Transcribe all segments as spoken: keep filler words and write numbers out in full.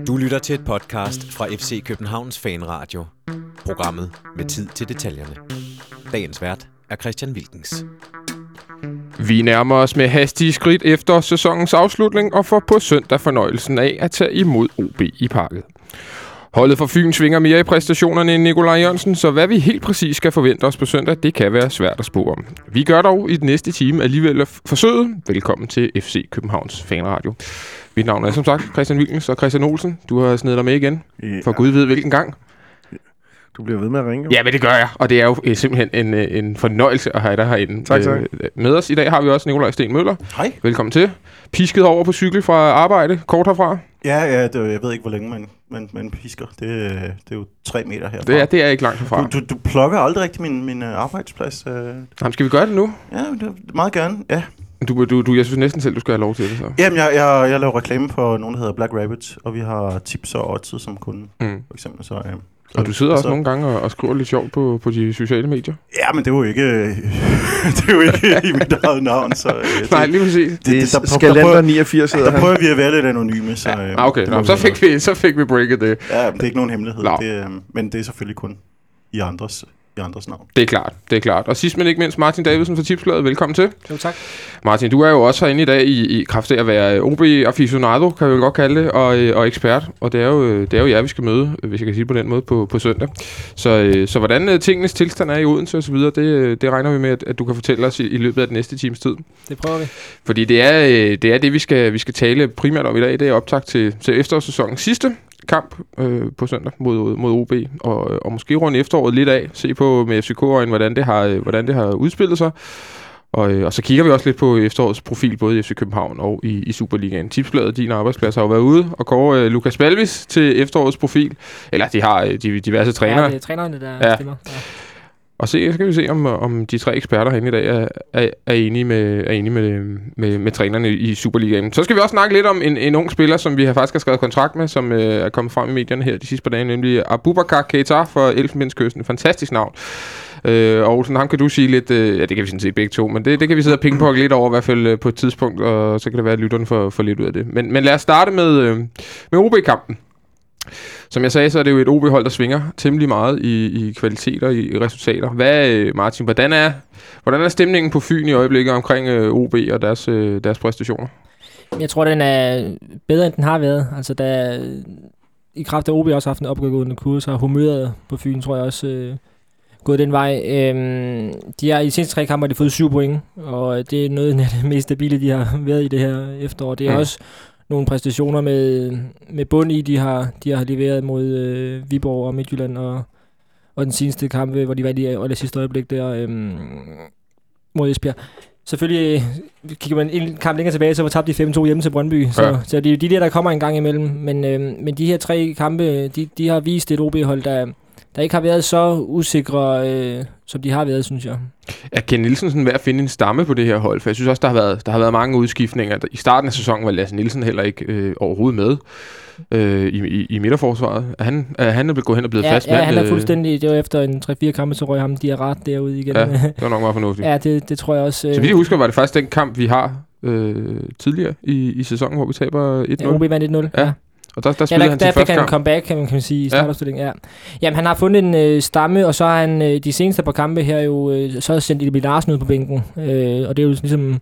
Du lytter til et podcast fra F C Københavns Fanradio. Programmet med tid til detaljerne. Dagens vært er Christian Wilkens. Vi nærmer os med hastige skridt efter sæsonens afslutning og får på søndag fornøjelsen af at tage imod O B i Parket. Holdet fra Fyn svinger mere i præstationerne end Nikolaj Jørgensen, så hvad vi helt præcis skal forvente os på søndag, det kan være svært at spå om. Vi gør dog i den næste time alligevel forsøget. Velkommen til F C Københavns Fanradio. Mit navn er som sagt Christian Wilkens og Christian Olsen. Du har snedet dig med igen, ja. For Gud ved hvilken gang. Du bliver ved med at ringe, jo. Ja, men det gør jeg, og det er jo øh, simpelthen en, øh, en fornøjelse at have dig herinde. Tak, tak. Øh, med os i dag har vi også Nikolaj Sten Møller. Hej. Velkommen til. Pisket over på cykel fra arbejde, kort herfra. Ja, ja det, jeg ved ikke, hvor længe man, man, man pisker. Det, det er jo tre meter herfra. Det er, det er ikke langt herfra. Du, du, du plukker aldrig rigtig min, min arbejdsplads. Øh. Jamen, skal vi gøre det nu? Ja, det, meget gerne, ja. Du, du, du, jeg synes næsten selv, du skal have lov til det, så. Jamen, jeg, jeg, jeg laver reklame på nogen, der hedder Black Rabbit, og vi har tips og odds som kunde, mm. for eksempel. Så, ja. så, og du sidder så, også nogle gange og, og skriver lidt sjovt på, på de sociale medier? Ja, men det er jo ikke, det er jo ikke i mit eget navn, så... Det, Nej, lige præcis. Det, det, der, Skalender niogfirs hedder der prøver vi at være lidt anonyme, så... Ja. Ah, okay, Nå, så, fik vi, så fik vi breaket det. Ja, men det er ikke nogen hemmelighed, det, men det er selvfølgelig kun i andres... i andres navn. Det er klart, det er klart. Og sidst men ikke mindst, Martin Davidsen fra Tipsbladet. Velkommen til. Jo, tak. Martin, du er jo også herinde i dag i, i kraft af at være O B-aficionado, kan vi jo godt kalde det, og, og ekspert. Og det er, jo, det er jo jer, vi skal møde, hvis jeg kan sige på den måde, på, på søndag. Så, så hvordan tingenes tilstand er i Odense og så videre, det, det regner vi med, at, at du kan fortælle os i, i løbet af den næste times tid. Det prøver vi. Fordi det er det, er det vi, skal, vi skal tale primært om i dag. Det er optakt til, til efterårssæsonens sidste kamp øh, på søndag mod, mod O B, og, og måske rundt efteråret lidt af, se på med F C K-øjne, hvordan det har, hvordan det har udspillet sig. Og, og så kigger vi også lidt på efterårets profil, både i F C København og i, i Superligaen. Tipsbladet, din arbejdsplads, har jo været ude og kåre øh, Lukas Balvis til efterårets profil. Eller de har øh, de, diverse trænere. Ja, det er trænerne, der ja. stemmer. Ja. Og se, så skal vi se, om, om de tre eksperter herinde i dag er, er, er enige, med, er enige med, med, med trænerne i Superligaen. Så skal vi også snakke lidt om en, en ung spiller, som vi har faktisk har skrevet kontrakt med, som øh, er kommet frem i medierne her de sidste par dage, nemlig Abubakar Keita fra Elfenbenskysten. Fantastisk navn. Øh, og Olsen, ham kan du sige lidt, øh, ja det kan vi sådan set begge to, men det, det kan vi sidde og pingponge lidt over i hvert fald øh, på et tidspunkt, og så kan det være, at lytterne får, får lidt ud af det. Men, men lad os starte med, øh, med O B-kampen. Som jeg sagde, så er det jo et O B-hold, der svinger temmelig meget i, i kvaliteter, i, i resultater. Hvad, Martin, hvordan er, hvordan er stemningen på Fyn i øjeblikket omkring øh, O B og deres, øh, deres præstationer? Jeg tror, den er bedre, end den har været. Altså, der, i kraft af O B også haft en opgående kurs, og humøret på Fyn, tror jeg også, øh, gået den vej. Øhm, de har i de seneste tre kampe har de fået syv point, og det er noget af det mest stabile, de har været i det her efterår. Det er mm. også nogle præstationer med, med bund i, de har, de har leveret mod øh, Viborg og Midtjylland, og, og den seneste kampe, hvor de var i det, det sidste øjeblik der øhm, mod Esbjerg. Selvfølgelig kigger man en kamp længere tilbage, så var tabt de fem to hjemme til Brøndby, så, ja. så det er de der, der kommer en gang imellem. Men, øhm, men de her tre kampe, de, de har vist et O B-hold, der, der ikke har været så usikre, øh, som de har været, synes jeg. Er Ken Nielsen sådan ved at finde en stamme på det her hold? For jeg synes også, der har været, der har været mange udskiftninger. I starten af sæsonen var Lasse Nielsen heller ikke øh, overhovedet med øh, i, i, i midterforsvaret. Er han, er han blevet gået hen og blevet ja, fast ja, mand? Ja, han er fuldstændig. Det var efter en tre fire kampe, så røg ham de er ret derude igen. Ja, det var nok meget fornuftigt. Ja, det, det tror jeg også. Så vidt jeg husker, var det faktisk den kamp, vi har øh, tidligere i, i sæsonen, hvor vi taber et nul. Ja, O B vandt et nul, ja. ja. Og der, der spillede ja, der, han sin første kamp. Der fik han en comeback, kan man, kan man sige, i startopstillingen. Ja. Jamen, han har fundet en øh, stamme, og så har han øh, de seneste par kampe her jo øh, så har sendt Emil Larsen ud på bænken. Øh, og det er jo ligesom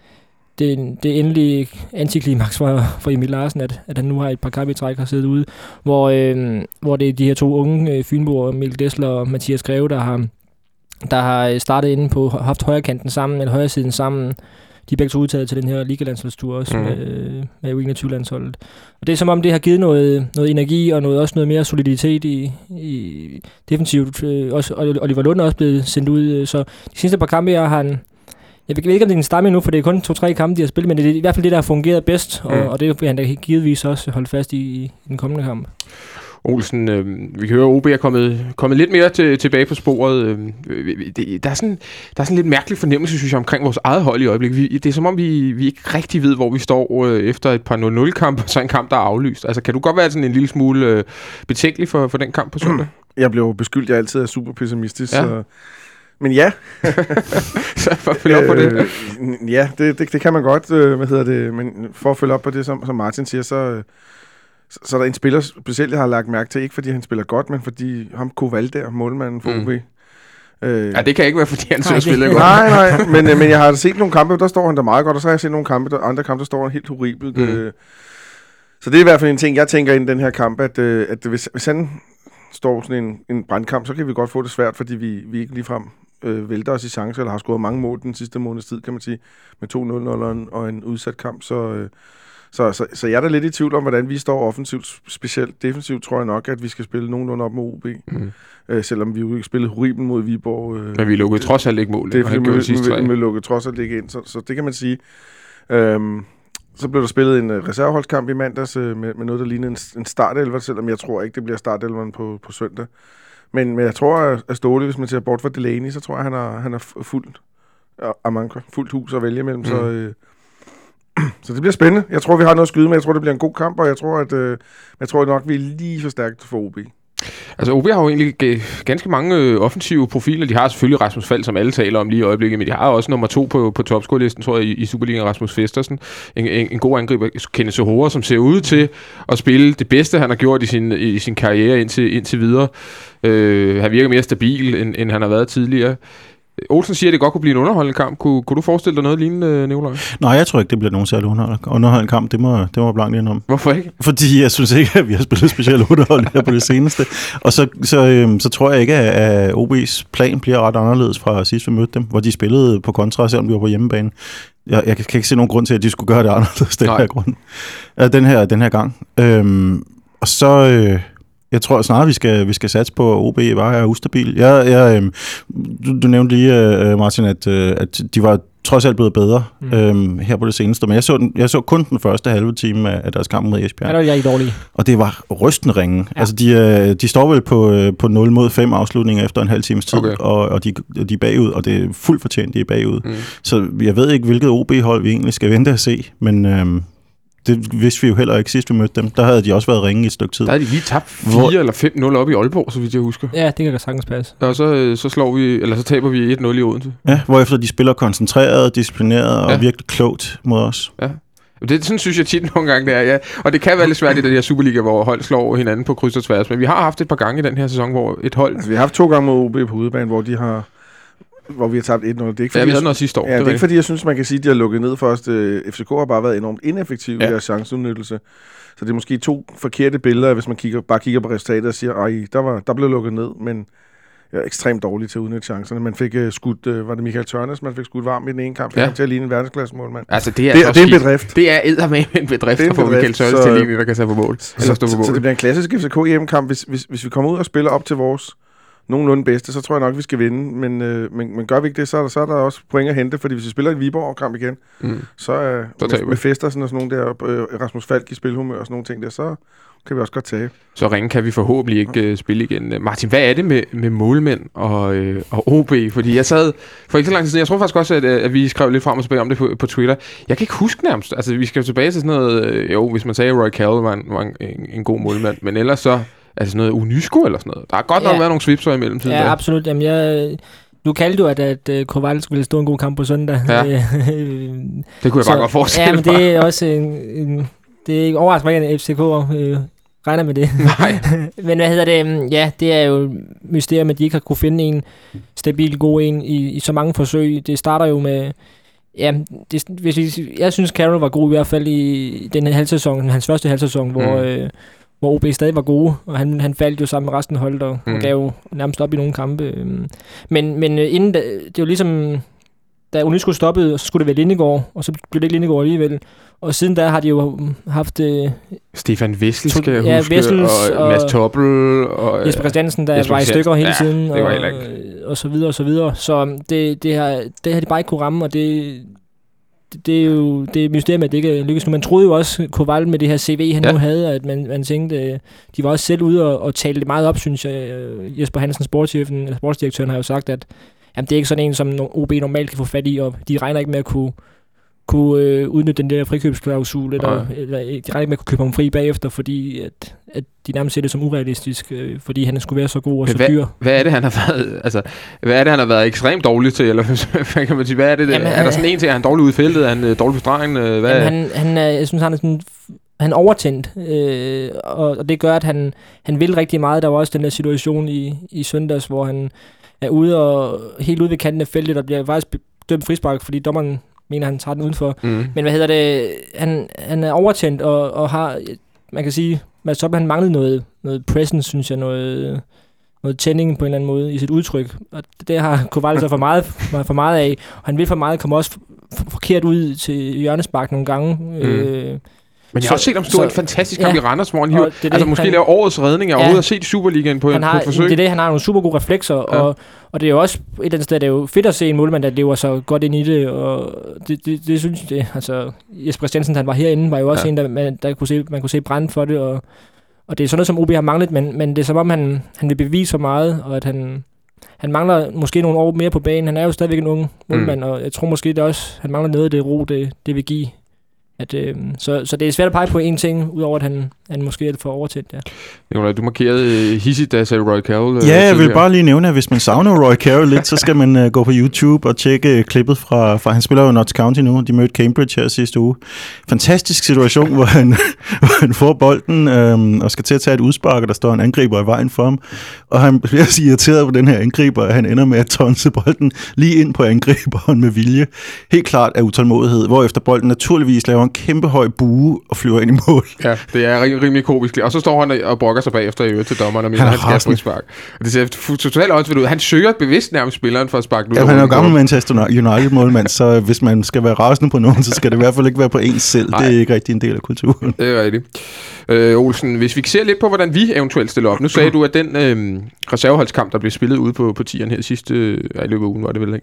det, det endelige antiklimaks for, for Emil Larsen, at, at han nu har et par kampe i træk og siddet ude, hvor, øh, hvor det er de her to unge øh, fynboer, Mikkel Dessler og Mathias Greve, der har, der har startet inde på, haft højre kanten sammen, eller højre siden sammen. De er begge to udtaget til den her ligalandsholdstur også mm. med, med U enogtyve-landsholdet. Og det er som om, det har givet noget, noget energi og noget, også noget mere soliditet i, i defensivt. Også, Oliver Lund er også blevet sendt ud. Så de sidste par kampe, jeg har han... Jeg ved ikke, om det er en stamme endnu, for det er kun to-tre kampe, de har spillet, men det er i hvert fald det, der har fungeret bedst. Mm. Og, og det vil han da givetvis også holde fast i, i den kommende kamp. Olsen, øh, vi kan høre, at O B er kommet, kommet lidt mere til, tilbage på sporet. Øh, det, der, er sådan, der er sådan lidt mærkelig fornemmelse, synes jeg, omkring vores eget hold i øjeblikket. Vi, det er som om, vi, vi ikke rigtig ved, hvor vi står øh, efter et par nul nul-kamp, og så en kamp, der er aflyst. Altså, kan du godt være sådan en lille smule øh, betænkelig for, for den kamp på søndag? Jeg blev beskyldt, jeg altid er super pessimistisk, ja. så... Men ja. Så for at følge op på det. Øh, ja, det, det, det kan man godt. Øh, hvad hedder det? Men for at følge op på det, som, som Martin siger, så... så, så er der en spiller, specielt jeg har lagt mærke til, ikke fordi han spiller godt, men fordi ham Kovalder, målmanden for mm. O B. Øh, ja, det kan ikke være, fordi han så spiller godt. Nej, nej, men, men jeg har set nogle kampe, der står han der meget godt, og så har jeg set nogle kampe, der, andre kampe, der står han helt horribelt. Mm. Øh, så det er i hvert fald en ting, jeg tænker i den her kamp, at, øh, at hvis, hvis han står sådan en, en brandkamp, så kan vi godt få det svært, fordi vi, vi ikke ligefrem øh, vælter os i chancer, eller har scoret mange mål den sidste måneds tid, kan man sige, med to nul og en, og en udsat kamp, så... Øh, Så, så, så jeg er da lidt i tvivl om, hvordan vi står offensivt, specielt defensivt, tror jeg nok, at vi skal spille nogenlunde op med O B. Mm. Øh, selvom vi jo ikke spillede horribelt mod Viborg. Øh, Men vi lukkede trods alt ikke mål. Det er fordi, vi, vi, vi lukkede trods alt ikke ind, så, så det kan man sige. Øhm, så blev der spillet en uh, reserveholdskamp i mandags uh, med, med noget, der lignede en, en startelver, selvom jeg tror ikke, det bliver startelveren på, på søndag. Men, men jeg tror, at Ståle, hvis man ser bort fra Delaney, så tror jeg, han har, han har fuldt, uh, fuldt hus at vælge mellem. Mm. Så... Uh, Så det bliver spændende. Jeg tror, vi har noget at skyde med. Jeg tror, det bliver en god kamp, og jeg tror, at øh, jeg tror nok, vi er lige for stærkt for O B. Altså, O B har jo egentlig g- ganske mange øh, offensive profiler. De har selvfølgelig Rasmus Falk, som alle taler om lige i øjeblikket, men de har også nummer to på, på topscore-listen, tror jeg, i, i Superligaen, Rasmus Festersen. En, en, en god angriber, Kenneth Sohora, som ser ud til at spille det bedste, han har gjort i sin, i sin karriere indtil, indtil videre. Øh, han virker mere stabil, end, end han har været tidligere. Olsen siger, at det godt kunne blive en underholdende kamp. Kunne, kunne du forestille dig noget lignende, Nikolaj? Nej, jeg tror ikke, det bliver nogen særlig underholdende kamp. Det må, det må jeg blankt indom. Hvorfor ikke? Fordi jeg synes ikke, at vi har spillet specielt underholdende her på det seneste. Og så, så, øhm, så tror jeg ikke, at O B's plan bliver ret anderledes fra sidst vi mødte dem, hvor de spillede på kontra, selvom vi var på hjemmebane. Jeg, jeg kan ikke se nogen grund til, at de skulle gøre det anderledes den her grund. Ja, den, her, den her gang. Øhm, og så... Øh, Jeg tror snart, vi skal, vi skal satse på, at O B var er ustabil. Jeg, jeg, øh, du, du nævnte lige, øh, Martin, at, øh, at de var trods alt blevet bedre mm. øh, her på det seneste. Men jeg så, den, jeg så kun den første halve time af, af deres kamp mod Esbjerg. Ja, det var jeg dårlig. Og det var rystende ringe. Ja. Altså, de, øh, de står vel på, på nul mod fem afslutninger efter en halv times tid, okay. og, og de, de er bagud, og det er fuldt fortjent, de er bagud. Mm. Så jeg ved ikke, hvilket O B-hold vi egentlig skal vente at se, men... Øh, det vidste vi jo heller ikke sidst vi mødte dem. Der havde de også været ringe i et stykke tid. Der havde de lige tabt fire eller fem nul op i Aalborg, så vidt jeg husker. Ja, det kan da sagtens passe. Og så, så slår vi, eller så taber vi et nul i Odense. Ja, hvorefter de spiller koncentreret, disciplineret og ja. virkelig klogt mod os. Ja. Det sådan synes jeg tit nogle gange, det er, ja. Og det kan være lidt svært i den her Superliga, hvor hold slår hinanden på kryds og tværs. Men vi har haft et par gange i den her sæson, hvor et hold... Altså, vi har haft to gange mod O B på udebane, hvor de har... hvor vi har tabt et nul. Det er ikke fordi, ja, vi havde noget sidste år. Ja, det, det er ikke fordi, jeg synes, man kan sige, at de har lukket ned for os. F C K har bare været enormt ineffektive ja. i deres chanceudnyttelse. Så det er måske to forkerte billeder, hvis man kigger, bare kigger på resultatet og siger, ej, der, var, der blev lukket ned, men jeg er ekstremt dårlig til at udnytte chancerne. Man fik uh, skudt, uh, var det Michael Tørnes, man fik skudt varmt i den ene kamp, fik ja. ham til at ligne en verdensklassemålmand. Altså, det er, det, det er en bedrift. Det er eddermame en bedrift at få Michael Tørnes til at ligne, der kan tage på mål. Så, så, så, så det bliver en klassisk F C K hjemmekamp, hvis, hvis, hvis vi kommer ud og spiller op til vores nogenlunde bedste, så tror jeg nok, vi skal vinde. Men, øh, men, men gør vi ikke det, så er, der, så er der også point at hente, fordi hvis vi spiller i Viborg-kamp igen, mm. så er øh, med, med Festersen og sådan nogle der, øh, Rasmus Falk i spilhumør og sådan nogle ting der, så kan vi også godt tage. Så ringe kan vi forhåbentlig ikke øh, spille igen. Martin, hvad er det med, med målmænd og, øh, og O B? Fordi jeg sad for ikke så lang tid siden, jeg tror faktisk også, at, at vi skrev lidt frem og tilbage om det på, på Twitter. Jeg kan ikke huske nærmest, altså vi skal jo tilbage til sådan noget, øh, jo, hvis man sagde, at Roy Carroll var en, var en, en, en god målmand, men ellers så altså noget Unisco eller sådan noget. Der har godt nok ja. været nogle svipser imellem tiden. Ja, der. absolut. Jamen, jeg, du kaldte jo, at, at uh, Koval skulle stå en god kamp på søndag. Ja. det kunne jeg så, bare godt forestille ja, men det er også en, en det er ikke overraskende, at F C K øh, regner med det. Nej. Men hvad hedder det? Ja, det er jo mysterium, at de ikke har kunne finde en stabil, god en i, i så mange forsøg. Det starter jo med... Ja, det, hvis jeg, jeg synes, Carroll var god i hvert fald i den her halvsæson, hans første halvsæson, mm. hvor... Øh, hvor O B stadig var gode, og han, han faldt jo sammen med resten af holdet, og mm. gav jo nærmest op i nogle kampe. Men, men inden da, det var ligesom, da Unisco stoppede, så skulle det være Lindegård, og så blev det ikke Lindegård alligevel. Og siden da har de jo haft... Øh, Stefan Wessel, skal jeg ja, huske, Wessels, og, og Mads Toppel, og Jesper Christiansen, der var i stykker hele ja, tiden, og, og, og så videre, og så videre. Så det, det, har, det har de bare ikke kunne ramme, og det... Det er jo det er mysterium, at det ikke lykkes nu. Man troede jo også, Koval med det her C V, han ja. nu havde, at man, man tænkte, de var også selv ude og, og tale det meget op, synes jeg. Jesper Hansen, sportschefen, sportsdirektøren, har jo sagt, at jamen, det er ikke sådan en, som O B normalt kan få fat i, og de regner ikke med at kunne, kunne øh, udnytte den der frikøbsklausul, eller, ja. eller de regner ikke med at kunne købe ham fri bagefter, fordi at, at de nærmest ser det som urealistisk, øh, fordi han skulle være så god og så hvad, dyr. Hvad er det, han har været, altså, hvad er det, han har været ekstremt dårlig til, eller hvad kan man sige, hvad er det, jamen, er der sådan en til, er han dårlig ude i feltet, er han øh, dårlig på stregen, øh, hvad jamen, han, han er, jeg synes, han er sådan han er overtændt, øh, og, og det gør, at han, han vil rigtig meget. Der var også den der situation i, i søndags, hvor han er ude og helt ude ved kanten af feltet, og bliver faktisk dømt frispark, fordi dommeren mener, han tager den udenfor. Mm. Men hvad hedder det? Han, han er overtændt, og, og har, man kan sige, Mads Toppen, han manglede noget, noget presence, synes jeg, noget, noget tænding på en eller anden måde i sit udtryk. Og det har Kovac så for meget, for meget af, og han vil for meget komme også forkert ud til hjørnespark nogle gange. Mm. Øh, Men jeg har også set ham stå en fantastisk kamp ja, i Randers, hvor han hiver, det, altså måske han, laver årets redning. Jeg har ja, overhovedet set Superligaen på, en, har, på et forsøg. Det er det, han har nogle super gode reflekser, ja. og, og det er jo også et eller andet sted, det er jo fedt at se en målmand, der lever så godt ind i det, og det, det, det synes jeg, altså Jesper Christiansen, han var herinde, var jo også ja. en, der, man, der kunne se, man kunne se brænde for det, og, og det er sådan noget, som O B har manglet, men, men det er som om, han, han vil bevise så meget, og at han, han mangler måske nogle år mere på banen. Han er jo stadigvæk en ung målmand, mm. og jeg tror måske, det også, han mangler noget af det ro, det, det vil give. At, øh, så, så det er svært at pege på én ting, udover at han, han måske er for overtændt, ja. Nicolaj, du markerede uh, hissigt, da jeg sagde Roy Carroll. Uh, ja, jeg vil bare lige nævne, at hvis man savner Roy Carroll lidt, så skal man uh, gå på YouTube og tjekke uh, klippet fra, fra, han spiller jo Notts County nu, de mødte Cambridge her sidste uge. Fantastisk situation, hvor han, hvor han får bolden um, og skal til at tage et udspark, og der står en angriber i vejen for ham, og han bliver så irriteret på den her angriber, at han ender med at tonse bolden lige ind på angriberen med vilje. Helt klart af utålmodighed, hvorefter bolden naturligvis laver en kæmpe høj bue og flyver ind i mål. Ja, det er rimelig, rimelig komisk. Og så står han og brokker sig bagefter i øvrigt til dommeren og mener, han, han skal spark. Og det ser totalt åndssvagt ud. Han søger bevidst nærmest spilleren for at sparke ud. Ja, han er jo gammel Manchester United-målmand, så hvis man skal være rasende på nogen, så skal det i hvert fald ikke være på ens selv. Nej. Det er ikke rigtig en del af kulturen. Det er rigtigt. Øh, Olsen, hvis vi ser lidt på, hvordan vi eventuelt stiller op. Nu sagde du, at den øh, reserveholdskamp, der blev spillet ude på, på tieren her sidste øh, i løbet af ugen, var det vel ikke?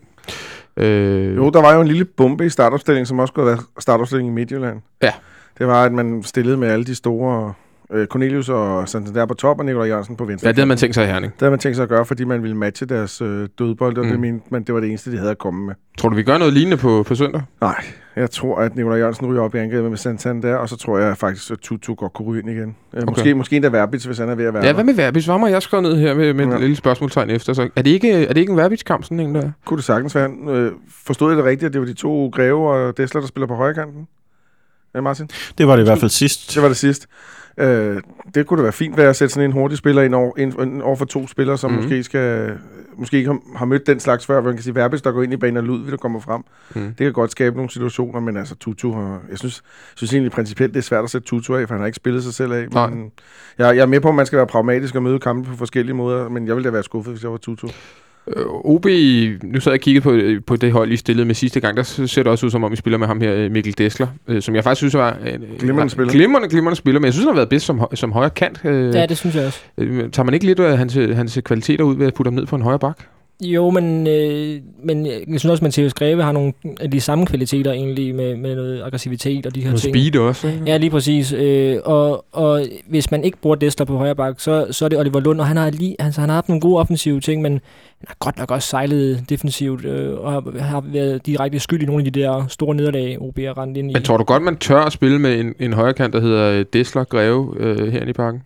Øh... Jo, der var jo en lille bombe i startopstillingen, som også skulle have været startopstillingen i Midtjylland. Ja. Det var, at man stillede med alle de store... Øh, Cornelius og Santander på top, og Nikolaj Jørgensen på venstre. Ja, det havde man tænkt sig i Herning. Det havde man tænkt sig at gøre, fordi man ville matche deres øh, dødbold, og mm. det, mente, men det var det eneste, de havde at komme med. Tror du, vi gør noget lignende på, på søndag? Nej, jeg tror, at Nikolaj Jørgensen ryger op i angrebet med Santander, og så tror jeg faktisk, at Tutu godt kunne ryge ind igen. Øh, okay. Måske, måske endda Verbitz, hvis han er ved at være Ja, hvad med Verbitz? Hvor må jeg skrevet ned her med, med ja. et lille spørgsmålstegn efter? Så er det ikke, er det ikke en Verbitz-kamp, sådan en der? Kunne det sagtens være. Øh, forstod jeg det rigtigt, at det var de to Greve og Dessler, der spiller på højre kanten? Ja, Martin? Det var det i hvert fald sidst. Det var det sidst. Øh, det kunne da være fint ved at sætte sådan en hurtig spiller ind over, ind over for to spillere, som mm. måske skal måske ikke har, har mødt den slags før, hvor man kan sige, Verbitz, der går ind i banen, og Ludvig, der kommer frem. Mm. Det kan godt skabe nogle situationer, men altså Tutu har, jeg synes, synes egentlig principielt, det er svært at sætte Tutu af, for han har ikke spillet sig selv af. Men jeg, jeg er med på, at man skal være pragmatisk og møde kampe på forskellige måder, men jeg ville da være skuffet, hvis jeg var Tutu. O B, nu sad jeg og kiggede på, på det hold, I stillede med sidste gang. Der ser det også ud, som om I spiller med ham her, Mikkel Dessler, som jeg faktisk synes var en glimrende spiller. Glimrende, glimrende spiller, men jeg synes, han har været bedst som, som højre kant. Ja, det synes jeg også. Tager man ikke lidt af hans, hans kvaliteter ud ved at putte ham ned på en højre bak? Jo, men, øh, men jeg synes også, at Mathias Greve har nogle af de samme kvaliteter egentlig, med, med noget aggressivitet og de her noget ting. Speed også, ikke? Ja, lige præcis. Øh, og, og hvis man ikke bruger Dessler på højre bak, så, så er det Oliver Lund, og han har, lige, altså, han har haft nogle gode offensive ting, men han har godt nok også sejlet defensivt, øh, og har, har været direkte skyld i nogle af de der store nederlag, O B er rendt ind i. Men tror du godt, man tør at spille med en, en højre kant, der hedder Dessler Greve øh, herinde i parken?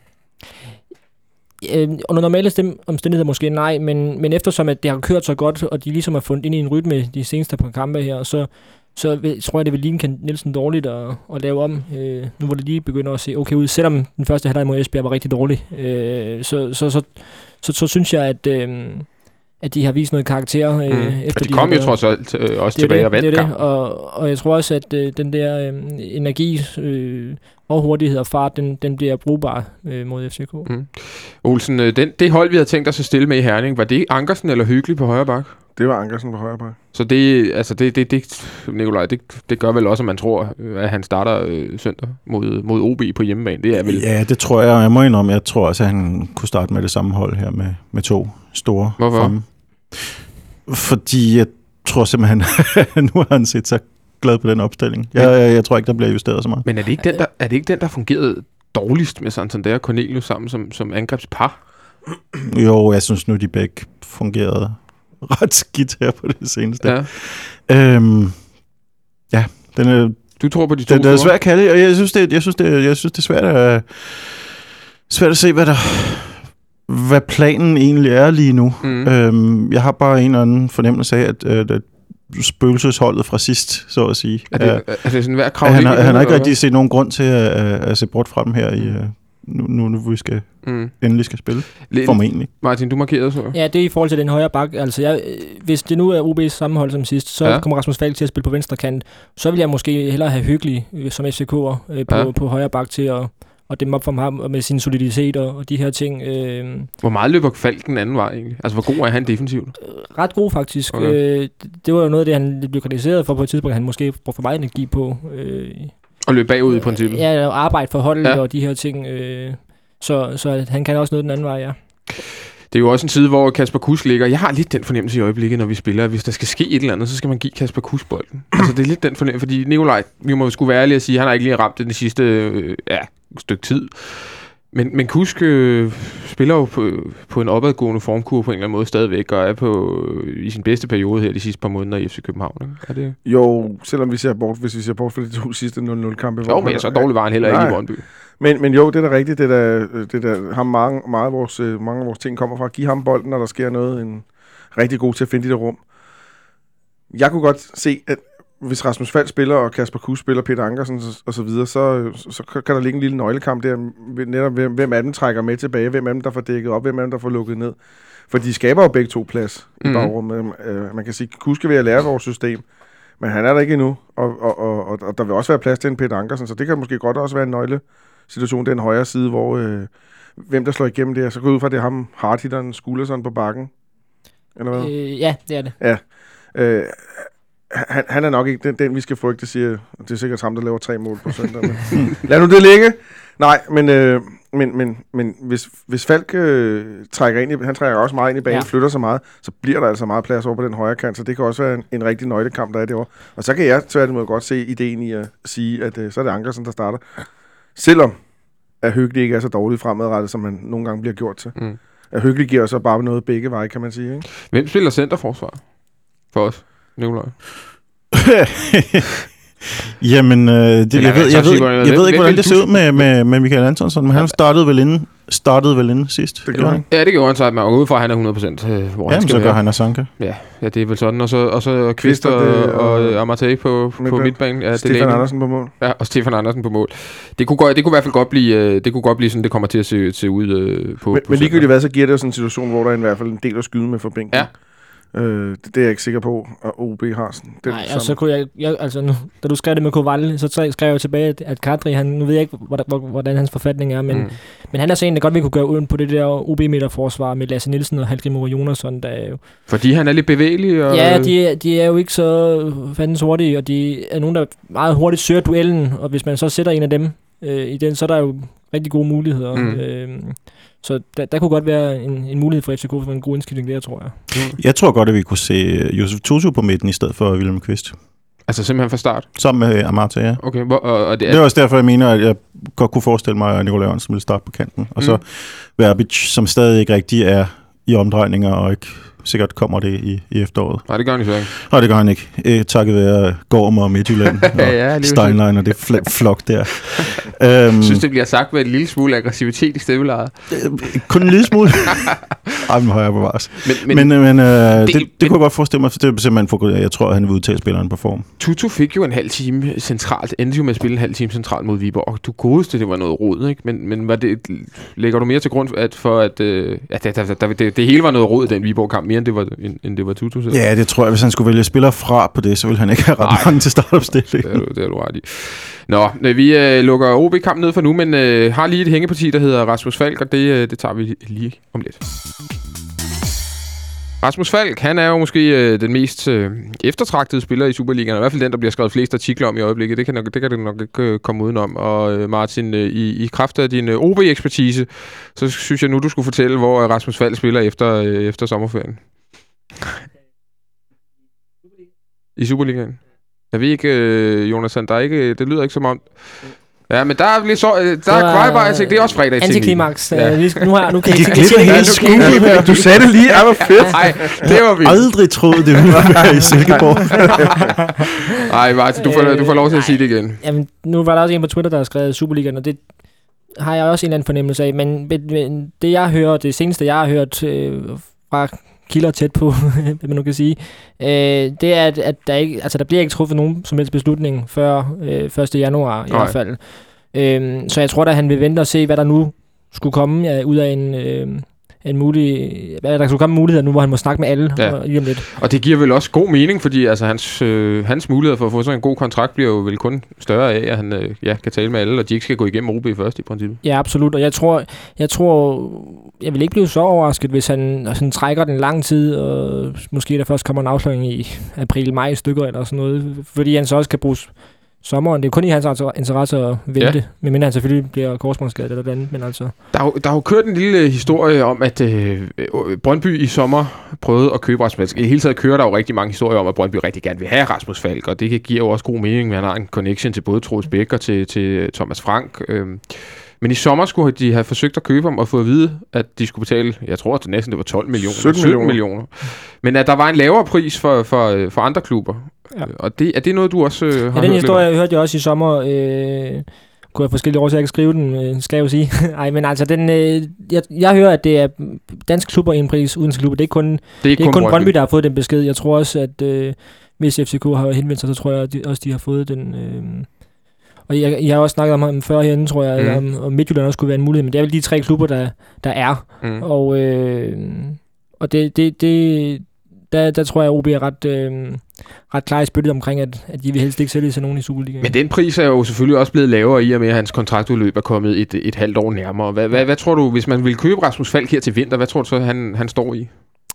Øh, under normale stem- omstændigheder måske nej, men, men eftersom at det har kørt så godt, og de ligesom har fundet ind i en rytme de seneste par kampe her, så, så vil, tror jeg, det vil ligne Kent Nielsen dårligt at, at lave om, øh, nu hvor det lige begynder at se okay ud, selvom den første halvleg mod Esbjerg var rigtig dårlig. Øh, så, så, så, så, så synes jeg, at, øh, at de har vist noget karakter. Øh, mm. efter de, de kom jo trods alt øh, også tilbage det, og vandt kampen. Og, og jeg tror også, at øh, den der øh, energi øh, og hurtighed og fart, den, den bliver brugbar øh, mod F C K. Mm. Olsen, øh, den, det hold, vi havde tænkt os at stille med i Herning, var det Ankersen eller Hyggelig på højre bak? Det var Ankersen på højre bak. Så det, altså det, det, det Nicolaj, det, det gør vel også, at man tror, at han starter øh, søndag mod, mod O B på hjemmebane. Det er vel... Ja, det tror jeg, og jeg må indrømme, jeg tror også, at han kunne starte med det samme hold her med, med to store. Hvorfor? Fremme. Fordi jeg tror simpelthen, nu har han set sig glad på den opstilling. Jeg, jeg, jeg tror ikke, der bliver justeret så meget. Men er det ikke den, der, er det ikke den, der fungerede dårligst med Santander og Cornelius sammen som, som angrebspar? Jo, jeg synes nu, de begge fungerede ret skidt her på det seneste. Ja, øhm, ja den er... Du tror på de to? Det er svært at kalde, og jeg synes, det, jeg synes, det, jeg synes, det er svært at, svært at se, hvad der... hvad planen egentlig er lige nu. Mm. Øhm, jeg har bare en eller anden fornemmelse af, at, at spøgelsesholdet fra sidst, så at sige. Er det, er, er det sådan hver krav? Han, han har ikke rigtig set nogen grund til at, at, at se bort fra dem her, i, nu, nu, nu vi skal, mm. endelig skal spille, L- formentlig. Martin, du markerede så? Ja, det er i forhold til den højre bak. Altså, jeg, hvis det nu er O B's sammenhold som sidst, så ja. kommer Rasmus Falk til at spille på venstre kant. Så vil jeg måske hellere have Hyggelig som F C K'er øh, på, ja. på højre bak til at og dem op for ham med sin soliditet og, og de her ting. Øh. Hvor meget løber Falk den anden vej egentlig? Altså, hvor god er han defensivt? Ret god faktisk. Okay. Øh, det var jo noget af det, han blev kritiseret for på et tidspunkt, han måske brugte for meget energi på. Øh. Og løbe bagud i princippet? Ja, og arbejde for holdet ja. og de her ting. Øh. Så, så han kan også noget den anden vej, ja. Det er jo også en tid, hvor Kasper Kusk ligger. Jeg har lidt den fornemmelse i øjeblikket, når vi spiller, at hvis der skal ske et eller andet, så skal man give Kasper Kusk bolden. Altså, det er lidt den fornemmelse, fordi Nikolaj, vi må sgu være ærlige at sige, han har ikke lige ramt det den sidste øh, ja, stykke tid. Men, men Kusk øh, spiller jo på, på en opadgående formkurve på en eller anden måde stadigvæk, og er på, øh, i sin bedste periode her de sidste par måneder i F C København. Ikke? Er det? Jo, selvom vi ser bort, hvis vi ser bort for de to sidste nul nul-kampe. Jo, men så dårligt var han heller ikke i Brøndby. Men, men jo, det er da rigtigt. Det er da, det er da ham mange, meget af vores, mange af vores ting kommer fra. Giv ham bolden, når der sker noget. En rigtig god til at finde det rum. Jeg kunne godt se, at hvis Rasmus Falk spiller, og Kasper Kusk spiller, Peter Ankersen og så videre, så, så kan der ligge en lille nøglekamp der. Netop hvem, hvem af dem trækker med tilbage, hvem af dem, der får dækket op, hvem af dem, der får lukket ned. For de skaber jo begge to plads mm. i bagrummet. Man kan sige, at Kusk er ved at lære vores system, men han er der ikke endnu. Og, og, og, og, og der vil også være plads til en Peter Ankersen, så det kan måske godt også være en nøglesituation, den højre side, hvor øh, hvem der slår igennem det, så går ud fra, det er ham, hardhitteren, Skulderson på bakken. Eller hvad? Øh, ja, det er det. Ja. Øh, Han, han er nok ikke den, den, vi skal frygte, siger. Det er sikkert ham, der laver tre mål på søndag. Men lad nu det ligge. Nej, men, øh, men, men, men hvis, hvis Falk øh, trækker ind i, han trækker også meget ind i banen, ja. flytter så meget, så bliver der altså meget plads over på den højre kant, så det kan også være en, en rigtig nøglekamp, der er derovre. Og så kan jeg tværtimod godt se ideen i at sige, at øh, så er det Ankersen, der starter. Selvom at Hyggelig ikke er så dårligt fremadrettet, som man nogle gange bliver gjort til. Mm. At Hyggelig giver så bare noget begge veje, kan man sige. Ikke? Hvem spiller centerforsvar for os? Nikolaj. Jamen, øh, det, jeg, jeg, ved, jeg, ved, jeg, jeg ved ikke, hvordan det ser ud med, med, med Michael Antonsson, men han startede vel inden, startede vel inden sidst. Det gjorde han. Ja, det gjorde han, så man går ud fra, at han er hundrede procent. Øh, hvor Jamen, så gør han Asanka. Ja, ja, det er vel sådan. Og så, og så Kvist og, og, og Amartey på, på midtbanen. Ja, Stefan det Andersen på mål. Ja, og Stefan Andersen på mål. Det kunne, godt, det kunne i hvert fald godt blive, det kunne godt blive sådan, det kommer til at se, se ud øh, på. Men, på men ligegyldigt hvad, så giver det jo sådan en situation, hvor der er i hvert fald en del at skyde med for bænken. Ja. Øh, det, det er jeg ikke sikker på, at O B har sådan. Den Nej, og så kunne jeg, jeg altså nu, da du skrev det med Kovalle, så skrev jeg tilbage, at, at Kadri, han, nu ved jeg ikke, hvordan, hvordan hans forfatning er, men, mm. men han er så en, der godt vil kunne gøre uden på det der O B-midterforsvar med Lasse Nielsen og Hallgrim Jonasson, der er jo... Fordi han er lidt bevægelig? Og ja, de, de er jo ikke så fandens hurtige, og de er nogen, der meget hurtigt søger duellen, og hvis man så sætter en af dem øh, i den, så er der jo rigtig gode muligheder. Mm. Øh, Så der, der kunne godt være en, en mulighed for F C K for en god indskifting der, tror jeg. Mm. Jeg tror godt, at vi kunne se Josef Tutu på midten i stedet for Wilhelm Kvist. Altså simpelthen fra start? Sammen med Amartey, ja. Okay, hvor, og, og det, er... det er også derfor, jeg mener, at jeg godt kunne forestille mig, at Nikolaj Jørgensen ville starte på kanten. Og mm. så Verbic, som stadig ikke rigtig er i omdrejninger, og ikke sikkert kommer det i, i efteråret. Nej, det gør han ikke. Nej, det gør han ikke. Æ, takket være Gorm og Midtjylland og ja, Steinlein og det fl- flok der. Jeg um, synes, det bliver sagt med en lille smule aggressivitet i stemmelejet. Kun en lille smule. Ej, men højere bevares. Men, men, men, men øh, det, det, det men, kunne jeg godt forestille mig, for det er simpelthen for, jeg tror, at han vil udtage spilleren på form. Tutu fik jo en halv time centralt, endte jo med at spille en halv time centralt mod Viborg, og du godeste, det var noget rod, ikke? Men, men var det, lægger du mere til grund at for, at, øh, at det, der, der, det, det hele var noget rod, den Viborg-kamp, mere end det var, end, end det var Tutu selv? Ja, det tror jeg. Hvis han skulle vælge spillere fra på det, så ville han ikke have ret mange til startopstillingen. Det er, det er du ret i. Nå, vi øh, lukker O B-kampen ned for nu, men øh, har lige et hængeparti, der hedder Rasmus Falk, og det, øh, det tager vi lige om lidt. Rasmus Falk, han er jo måske øh, den mest øh, eftertragtede spiller i Superligaen, i hvert fald den, der bliver skrevet flest artikler om i øjeblikket. Det kan, nok, det kan det nok ikke øh, komme udenom. Og øh, Martin, øh, i, i kraft af din øh, O B-ekspertise, så synes jeg nu, du skulle fortælle, hvor øh, Rasmus Falk spiller efter, øh, efter sommerferien. I Superligaen. Jeg ved ikke, øh, Jonas, der er ikke, det lyder ikke som om... Ja, men der er lidt så... Der er Kvejbar, det er også fredag. Antiklimaks. Ja. Nu, har, nu kan jeg ikke helt skue. Du sagde det lige, det var fedt. Nej, det var vi. Aldrig troet, det ville være i Silkeborg. Nej, Martin, du får, du får lov til at sige det igen. Jamen, nu var der også en på Twitter, der har skrevet Superligaen, og det har jeg også en eller anden fornemmelse af. Men, men det, jeg hører, det seneste, jeg har hørt øh, fra kilder tæt på, hvad man nu kan sige, øh, det er, at, at der, ikke, altså, der bliver ikke truffet nogen som helst beslutning før øh, første januar i Nej. hvert fald. Øh, så jeg tror, at han vil vente og se, hvad der nu skulle komme ja, ud af en... Øh, en mulig, der skulle komme muligheder nu, hvor han må snakke med alle ja. og, lige om lidt. Og det giver vel også god mening, fordi altså, hans, øh, hans muligheder for at få sådan en god kontrakt bliver jo vel kun større af, at han øh, ja, kan tale med alle, og de ikke skal gå igennem O B først i princippet. Ja, absolut. Og jeg tror, jeg tror, jeg vil ikke blive så overrasket, hvis han sådan trækker den lang tid, og måske der først kommer en afsløring i april-maj stykker eller sådan noget, fordi han så også kan bruges sommeren. Det er kun i hans interesse at vente, ja. medmindre han selvfølgelig bliver korsbåndsskadet eller andet, men altså... Der har, der har jo kørt en lille historie om, at øh, Brøndby i sommer prøvede at købe Rasmus Falk. I hele taget kører der jo rigtig mange historier om, at Brøndby rigtig gerne vil have Rasmus Falk, og det giver jo også god mening, at han har en connection til både Troels Bæk og til, til Thomas Frank. Øh. Men i sommer skulle de have forsøgt at købe ham og få at vide, at de skulle betale, jeg tror at det næsten det var tolv millioner, sytten, sytten millioner. Men at der var en lavere pris for, for, for andre klubber. Ja. Og det, er det noget, du også øh, har ja, hørt? Den historie jeg hørte jeg også i sommer. Øh, kunne jeg forskellige årsager ikke skrive den, øh, skal jeg jo sige. Ej, men altså, den, øh, jeg, jeg hører, at det er danske klubber i en pris, udenlandske klubber. Det er ikke kun, det er ikke det er kun Brøndby, der har fået den besked. Jeg tror også, at øh, hvis F C K har henvendt sig, så tror jeg at de, også, de har fået den... Øh, og jeg, jeg har også snakket om ham før herinde, tror jeg, mm. om, om Midtjylland også skulle være en mulighed, men det er vel de tre klubber, der, der er. Mm. Og, øh, og det, det, det, der, der tror jeg, at O B er ret, øh, ret klar i spyttet omkring, at, at de vil helst ikke sælge til nogen i Superligaen. Men den pris er jo selvfølgelig også blevet lavere i og med, at hans kontraktudløb er kommet et, et halvt år nærmere. Hvad, hvad, hvad tror du, hvis man vil købe Rasmus Falk her til vinter, hvad tror du så, han, han står i?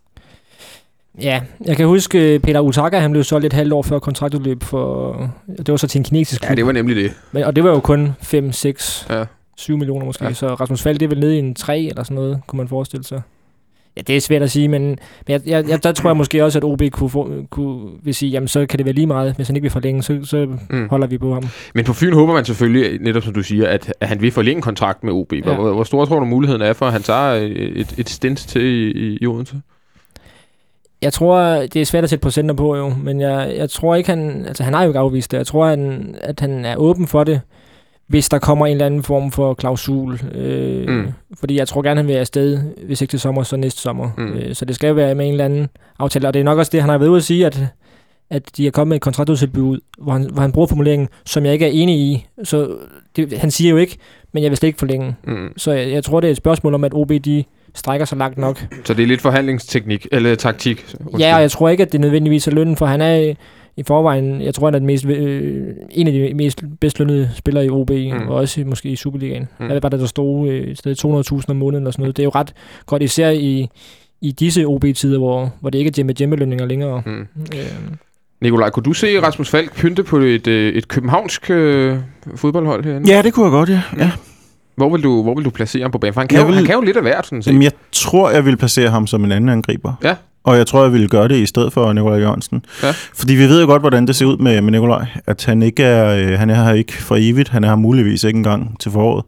Ja, jeg kan huske, Peter Utaka, han blev solgt et halvt år før kontraktudløb for... Det var så til en kinesisk klub. Ja, det var nemlig det. Men, og det var jo kun fem, seks, ja. syv millioner måske. Ja. Så Rasmus Falk, det er vel nede i en tre eller sådan noget, kunne man forestille sig. Ja, det er svært at sige, men, men jeg, jeg, jeg, der tror jeg måske også, at O B kunne, få, kunne vil sige, jamen så kan det være lige meget, hvis han ikke vil forlænge, så, så mm. holder vi på ham. Men på Fyn håber man selvfølgelig, netop som du siger, at, at han vil forlænge kontrakt med O B. Hvor, ja. hvor, hvor stor tror du muligheden er for, at han tager et, et stint til i, i, i Odense? Jeg tror, det er svært at sætte procenter på jo, men jeg, jeg tror ikke, han... Altså, han har jo ikke afvist det. Jeg tror, han, at han er åben for det, hvis der kommer en eller anden form for klausul. Øh, mm. Fordi jeg tror gerne, han vil afsted, hvis ikke til sommer, så næste sommer. Mm. Øh, så det skal jo være med en eller anden aftale. Og det er nok også det, han har været ude at sige, at, at de er kommet med et kontraktudtilbud, hvor han, hvor han bruger formuleringen, som jeg ikke er enig i. Så det, han siger jo ikke, men jeg vil slet ikke forlænge. Mm. Så jeg, jeg tror, det er et spørgsmål om, at O B, de strækker sig langt nok. Så det er lidt forhandlingsteknik, eller taktik? Undskyld. Ja, og jeg tror ikke, at det nødvendigvis er lønnen, for han er i, i forvejen, jeg tror, han er den mest, øh, en af de mest bedst lønnede spillere i O B, mm. og også måske i Superligaen. Mm. Hvad var det, der stod øh, stadig to hundrede tusind om måneden eller sådan noget. Det er jo ret godt, især i, i disse O B-tider, hvor, hvor det ikke er hjemme-hjemme-lønninger længere. Mm. Øh. Nikolaj, kunne du se Rasmus Falk pynte på et, et københavnsk øh, fodboldhold herinde? Ja, det kunne jeg godt, ja. ja. Hvor vil du, hvor vil du placere ham på banen? For han kan, jo, vil, han kan jo lidt af hvert, sådan set. Jamen, jeg tror, jeg vil placere ham som en anden angriber. Ja. Og jeg tror, jeg vil gøre det i stedet for Nikolaj Jørgensen. Ja. Fordi vi ved jo godt, hvordan det ser ud med, med Nikolaj. At han ikke er, øh, han er her ikke for evigt. Han er her muligvis ikke engang til foråret.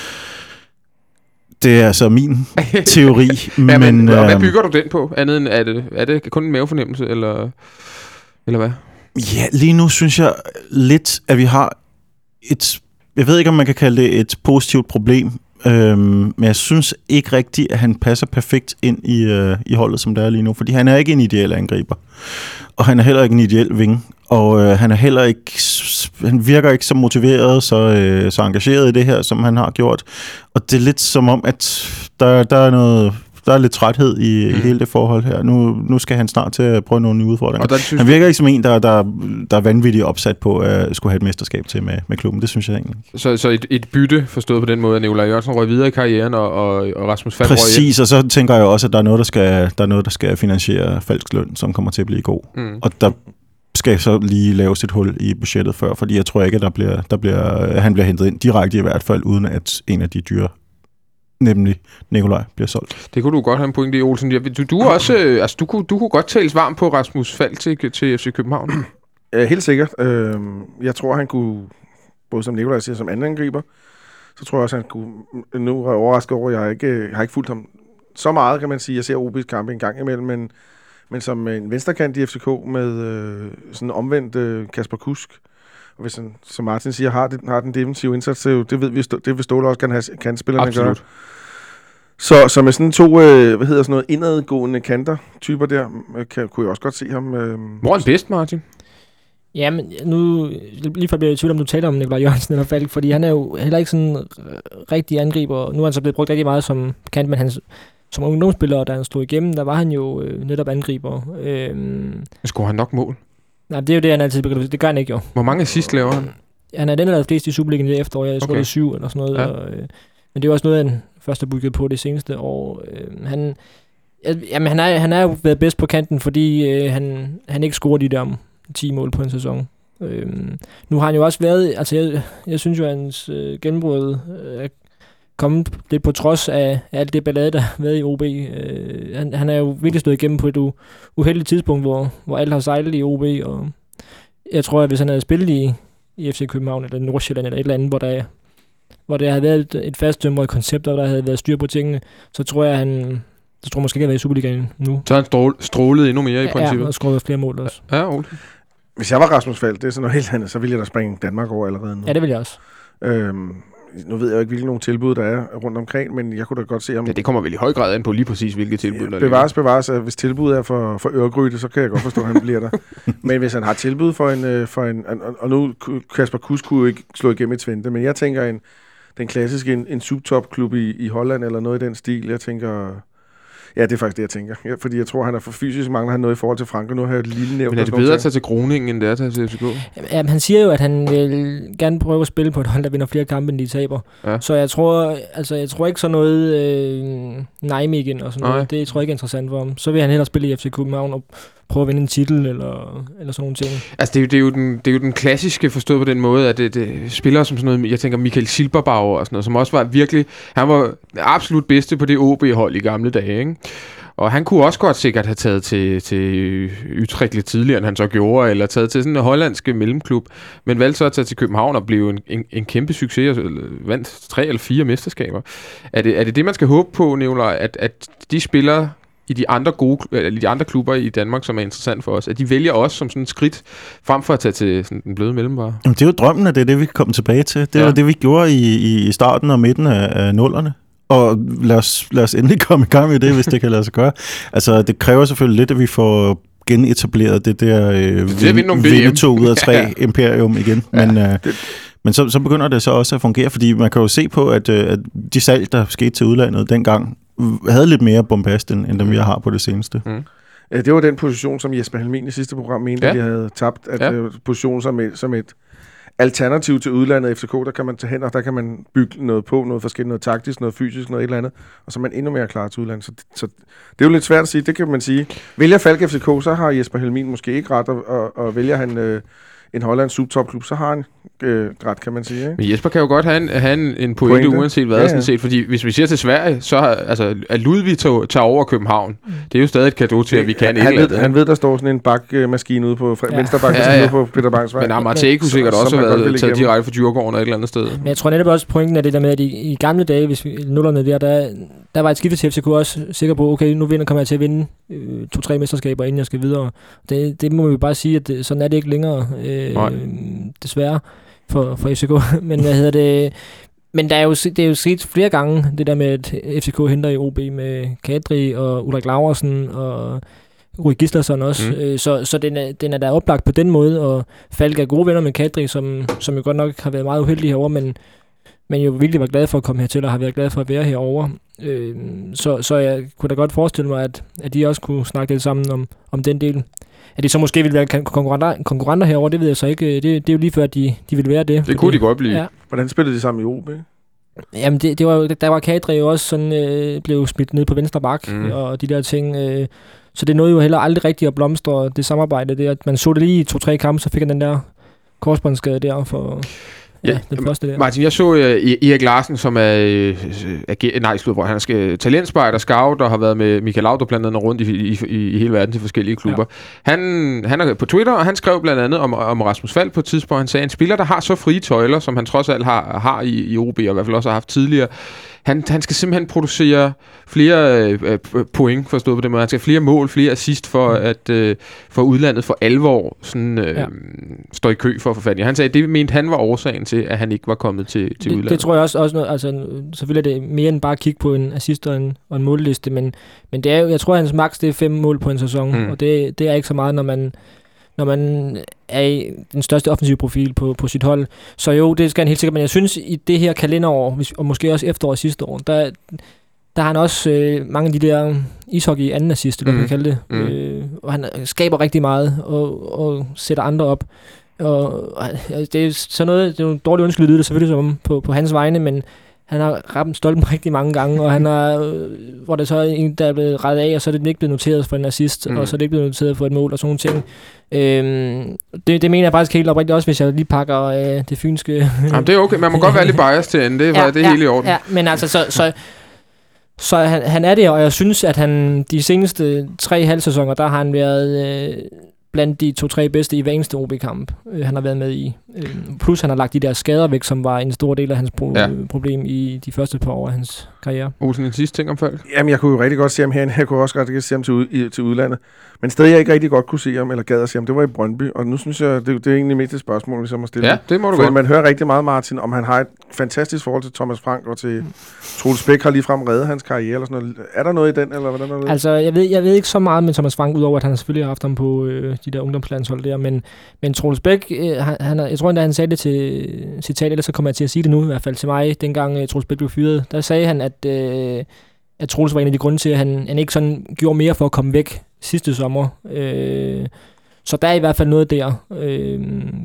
Det er altså min teori. ja, men, men øh, øh, hvad bygger du den på? Andet end, er det, er det kun en mavefornemmelse, eller, eller hvad? Ja, lige nu synes jeg lidt, at vi har et... Jeg ved ikke, om man kan kalde det et positivt problem, øhm, men jeg synes ikke rigtigt, at han passer perfekt ind i, øh, i holdet, som det er lige nu. Fordi han er ikke en ideel angriber, og han er heller ikke en ideel wing, og øh, han er heller ikke, han virker ikke så motiveret, så, øh, så engageret i det her, som han har gjort. Og det er lidt som om, at der, der er noget... Der er lidt træthed i, mm. i hele det forhold her. Nu, nu skal han snart til at prøve nogle nye udfordringer. Og der, han virker ikke som en, der, der, der er vanvittigt opsat på at skulle have et mesterskab til med, med klubben. Det synes jeg egentlig. Så, så et, et bytte forstået på den måde, at Nikolaj Jørgensen røg videre i karrieren, og, og, og Rasmus Falk røg ind? Præcis, og så tænker jeg også, at der er noget, der skal, der er noget, der skal finansiere Falks løn, som kommer til at blive god. Mm. Og der skal så lige laves et hul i budgettet før, fordi jeg tror ikke, at der bliver, der bliver, han bliver hentet ind direkte i hvert fald, uden at en af de dyre, nemlig Nikolaj, bliver solgt. Det kunne du godt have en pointe i, Olsen. Du, du, også, øh, altså, du, kunne, du kunne godt tales varm på Rasmus Falk til, til F C København. Ja, helt sikkert. Øh, jeg tror, han kunne, både som Nikolaj siger, som anden angriber, så tror jeg også, han kunne, nu er jeg overrasket over, jeg har ikke, jeg har ikke fulgt ham så meget, kan man sige. Jeg ser O B's kampe en gang imellem, men, men som en venstrekant i F C K med øh, sådan en omvendt øh, Kasper Kusk, og hvis han, som Martin siger, har, det, har den defensive indsats, det, det ved vi, det vil Ståle også kan, have, kan spillerne gøre. Så, så med sådan to, øh, hvad hedder sådan noget, indadgående kanter typer der, kan, kunne jeg også godt se ham. Øh, Hvor er han bedst, Martin? Ja, men nu, lige for at blive i tvivl om, du taler om Nikolaj Jørgensen eller Falk, fordi han er jo heller ikke sådan rigtig angriber. Nu er han så blevet brugt rigtig meget som kant, men han, som ungdomsspiller, da han stod igennem, der var han jo øh, netop angriber. Øhm, Skulle han nok mål? Nej, det er jo det, han altid begynder. Det gør han ikke jo. Hvor mange assist laver han? Han er den, der lavede flest i Superligaen i det efterår. Jeg tror, Okay. det er syv eller sådan noget. Ja. Og, øh, men det er også noget, han først har bygget på det seneste år. Øh, han, jamen, han, er, han er jo været bedst på kanten, fordi øh, han, han ikke scorer de der ti mål på en sæson. Øhm, nu har han jo også været, altså jeg, jeg synes jo, at hans øh, gennembrud øh, er kommet lidt på trods af, af alt det ballade, der har været i O B. Øh, han, han er jo virkelig stået igennem på et u, uheldigt tidspunkt, hvor, hvor alt har sejlet i O B, og jeg tror, at hvis han havde spillet i, i F C København eller Nordsjælland eller et eller andet, hvor der, hvor der havde været et, et fasttømret koncept, og der havde været styr på tingene, så tror jeg, han så tror jeg måske ikke, at være i Superligaen nu. Så har han strål, strålet endnu mere i princippet? Ja, og skåret flere mål også. Ja, Ole. Hvis jeg var Rasmus Falk, det er sådan noget helt andet, så ville jeg da springe Danmark over allerede nu. Ja, det vil jeg også. Øhm, nu ved jeg jo ikke, hvilke nogle tilbud, der er rundt omkring, men jeg kunne da godt se, om Ja, det kommer vel i høj grad an på lige præcis, hvilke tilbud der bevares, bevares, at hvis tilbuddet er for, for Ørgryte, så kan jeg godt forstå, at han bliver der. Men hvis han har tilbud for en, øh, for en og, og nu Kasper Kusk kunne jo ikke slå igennem i Twente, men jeg tænker en, den klassiske, en, en subtop-klub i, i Holland, eller noget i den stil, jeg tænker... Ja, det er faktisk det, jeg tænker. Ja, fordi jeg tror, han er for fysisk, mangler han noget i forhold til Frank, og nu har jeg et lille nævnt. Men er det bedre at tage til Groningen, end det er at tage til F C K? Jamen, han siger jo, at han vil gerne prøve at spille på et hold, der vinder flere kampe, end de taber. Ja. Så jeg tror, altså, jeg tror ikke sådan noget øh, Nijmegen og sådan Nej. noget. Det tror jeg ikke er interessant for ham. Så vil han hellere spille i F C København og prøve at vinde en titel, eller, eller sådan nogle ting. Altså, det er, jo, det, er jo den, det er jo den klassiske forstået på den måde, at det, det spillere som sådan noget, jeg tænker Michael Silberbauer og sådan noget, som også var virkelig, han var absolut bedste på det O B-hold i gamle dage, ikke? Og han kunne også godt sikkert have taget til, til Utrecht lidt tidligere, end han så gjorde, eller taget til sådan en hollandske mellemklub, men valgte så at tage til København og blive en, en, en kæmpe succes, og vandt tre eller fire mesterskaber. Er det er det, det man skal håbe på, Nicolaj, at, at de spillere i de andre gode, eller de andre klubber i Danmark, som er interessant for os, at de vælger os som sådan et skridt, frem for at tage til sådan den bløde mellemvare? Jamen, det er jo drømmen, at det er det, vi kan komme tilbage til. Det Ja. var det, vi gjorde i, i starten og midten af, af nullerne. Og lad os, lad os endelig komme i gang med det, hvis det kan lade sig gøre. Altså, det kræver selvfølgelig lidt, at vi får genetableret det der øh, vinde nogle vinde V M. to ud af tre Ja. imperium igen. Ja. Men, øh, men så, så begynder det så også at fungere, fordi man kan jo se på, at, øh, at de salg, der skete til udlandet dengang, havde lidt mere bombast, end, end dem, vi har på det seneste. Mm. Øh, Det var den position, som Jesper Helmin i sidste program mente, Ja. ja. at vi havde tabt. At Ja. ja. position som et, som et alternativ til udlandet F C K, der kan man tage hen, og der kan man bygge noget på, noget forskelligt, noget taktisk, noget fysisk, noget et eller andet, og så er man endnu mere klar til udlandet. Så, så det er jo lidt svært at sige, det kan man sige. Vælger Falk F C K, så har Jesper Helmin måske ikke ret, og, og, og vælger han øh, en Hollands subtopklub, så har han øh, ret, kan man sige. Ikke? Men Jesper kan jo godt have en, have en, en pointe, Pointe. uanset hvad, Ja, ja. sådan set, fordi hvis vi ser til Sverige, så har, altså, at Ludvig tager, tager over København, det er jo stadig et cadeau til, at vi kan han, et han, eller ved, andet. han ved, der står sådan en bakmaskine ude på Ja. ja. venstre bak, Ja, ja, ja. ja. på Peter Bangs vej. Men Amartey kunne Så- sikkert som også han have godt vil været taget igennem. direkte fra Djurgården og et eller andet sted. Men jeg tror netop også, pointen er det der med, at i, i gamle dage, hvis vi nullerne der, der, der var et skifte til F C K også sikker på, okay, nu vinder, kommer jeg til at vinde øh, to-tre mesterskaber, inden jeg skal videre. Det, det må vi bare sige, at det, sådan er det ikke længere, øh, desværre, for, for F C K. Men hvad hedder det... Men der er jo, det er jo set flere gange, det der med, at F C K henter i O B med Kadri og Ulrik Laursen og Rui Gislason også. Mm. Mm. Så, så den, er, den er da oplagt på den måde, og Falk er gode venner med Kadri, som, som jo godt nok har været meget uheldig herovre, men, men jo virkelig var glad for at komme hertil, og har været glad for at være herovre. Øh, så, så jeg kunne da godt forestille mig, at, at de også kunne snakke lidt sammen om, om den del. At de så måske ville være konkurrenter, konkurrenter herovre, det ved jeg så ikke. Det, det er jo lige før, at de, de ville være det. Det kunne de godt blive. Ja. Hvordan spillede de sammen i O B? Jamen, det, det var jo, der var Kadri jo også sådan, øh, blev smidt ned på venstre bak, Mm. mm. og de der ting. Øh, så det nåede jo heller aldrig rigtigt at blomstre, det samarbejde. Det, at man så det lige i to-tre kampe, så fik han den der korsbåndsskade der for ja, Ja, den første der. Martin, jeg så uh, Erik Larsen, som er, uh, ager, nej, slut, hvor han er talentspejder, scout, og har været med Michael Laudrup blandt andet rundt i, i, i, i hele verden til forskellige klubber. Ja. Han, han er på Twitter, og han skrev blandt andet om, om Rasmus Falk på et tidspunkt. Han sagde, en spiller, der har så frie tøjler, som han trods alt har, har i, i O B, og i hvert fald også har haft tidligere, han, han skal simpelthen producere flere øh, point, forstået på den måde. Han skal have flere mål, flere assist for, mm. at øh, for udlandet for alvor sådan, øh, ja. står i kø for at få fat i. Han sagde, at det mente han var årsagen til, at han ikke var kommet til, til det, udlandet. Det tror jeg også, også noget, altså selvfølgelig er det mere end bare at kigge på en assist og en, og en målliste, men, men det er jo, jeg tror, at hans max det er fem mål på en sæson, mm. og det, det er ikke så meget, når man når man er i den største offensive profil på, på sit hold. Så jo, det skal han helt sikkert, men jeg synes, i det her kalenderår, og måske også efterår sidste år, der, der har han også øh, mange af de der ishockey anden assist, eller hvad mm. man kan kalde det. Mm. Øh, og han skaber rigtig meget, og, og sætter andre op. Og, og det er sådan noget, det er en dårlig undskyld, det selvfølgelig som på, på hans vegne, men han har ramt stolpen rigtig mange gange, og han har, hvor der så er en, der er blevet rettet af, og så er det ikke blevet noteret for en assist, mm. og så er det ikke blevet noteret for et mål, og sådan nogle ting. Øhm, det, det mener jeg faktisk helt oprigtigt også, hvis jeg lige pakker øh, det fynske. Jamen, det er okay, man må godt være lidt biased til ende, det er, ja, det er ja, helt i orden. Ja, men altså, så, så, så han, han er det, og jeg synes, at han de seneste tre halvsæsoner, der har han været øh, blandt de to-tre bedste i hver eneste O B-kamp, øh, han har været med i. Øh, plus han har lagt de der skader væk, som var en stor del af hans pro- ja. problem i de første par år af hans karriere. Olsen, en sidste ting om Falk? Jamen, jeg kunne jo rigtig godt se ham herinde. Jeg kunne også godt se ham til, ud, i, til udlandet. Men stadig jeg ikke rigtig godt kunne se ham, eller gad at se ham, det var i Brøndby. Og nu synes jeg, det, det er egentlig mest et spørgsmål, hvis jeg må stille. Ja, det må du For godt. Man hører rigtig meget, Martin, om han har et fantastisk forhold til Thomas Frank og til Troels Bæk, har ligefrem reddet hans karriere eller sådan noget. Er der noget i den, eller hvordan er det? Altså, jeg ved, jeg ved ikke så meget med Thomas Frank, udover at han selvfølgelig har haft ham på øh, de der ungdomslandshold der, men, men Troels Bæk, øh, han, han, jeg tror endda, han sagde det til citat, ellers så kommer jeg til at sige det nu, i hvert fald til mig, dengang øh, Troels Bæk blev fyret. Der sagde han, at, øh, at Troels var en af de grunde til, at han, han ikke sådan gjorde mere for at komme væk sidste sommer. Øh, så der er i hvert fald noget der. Øh,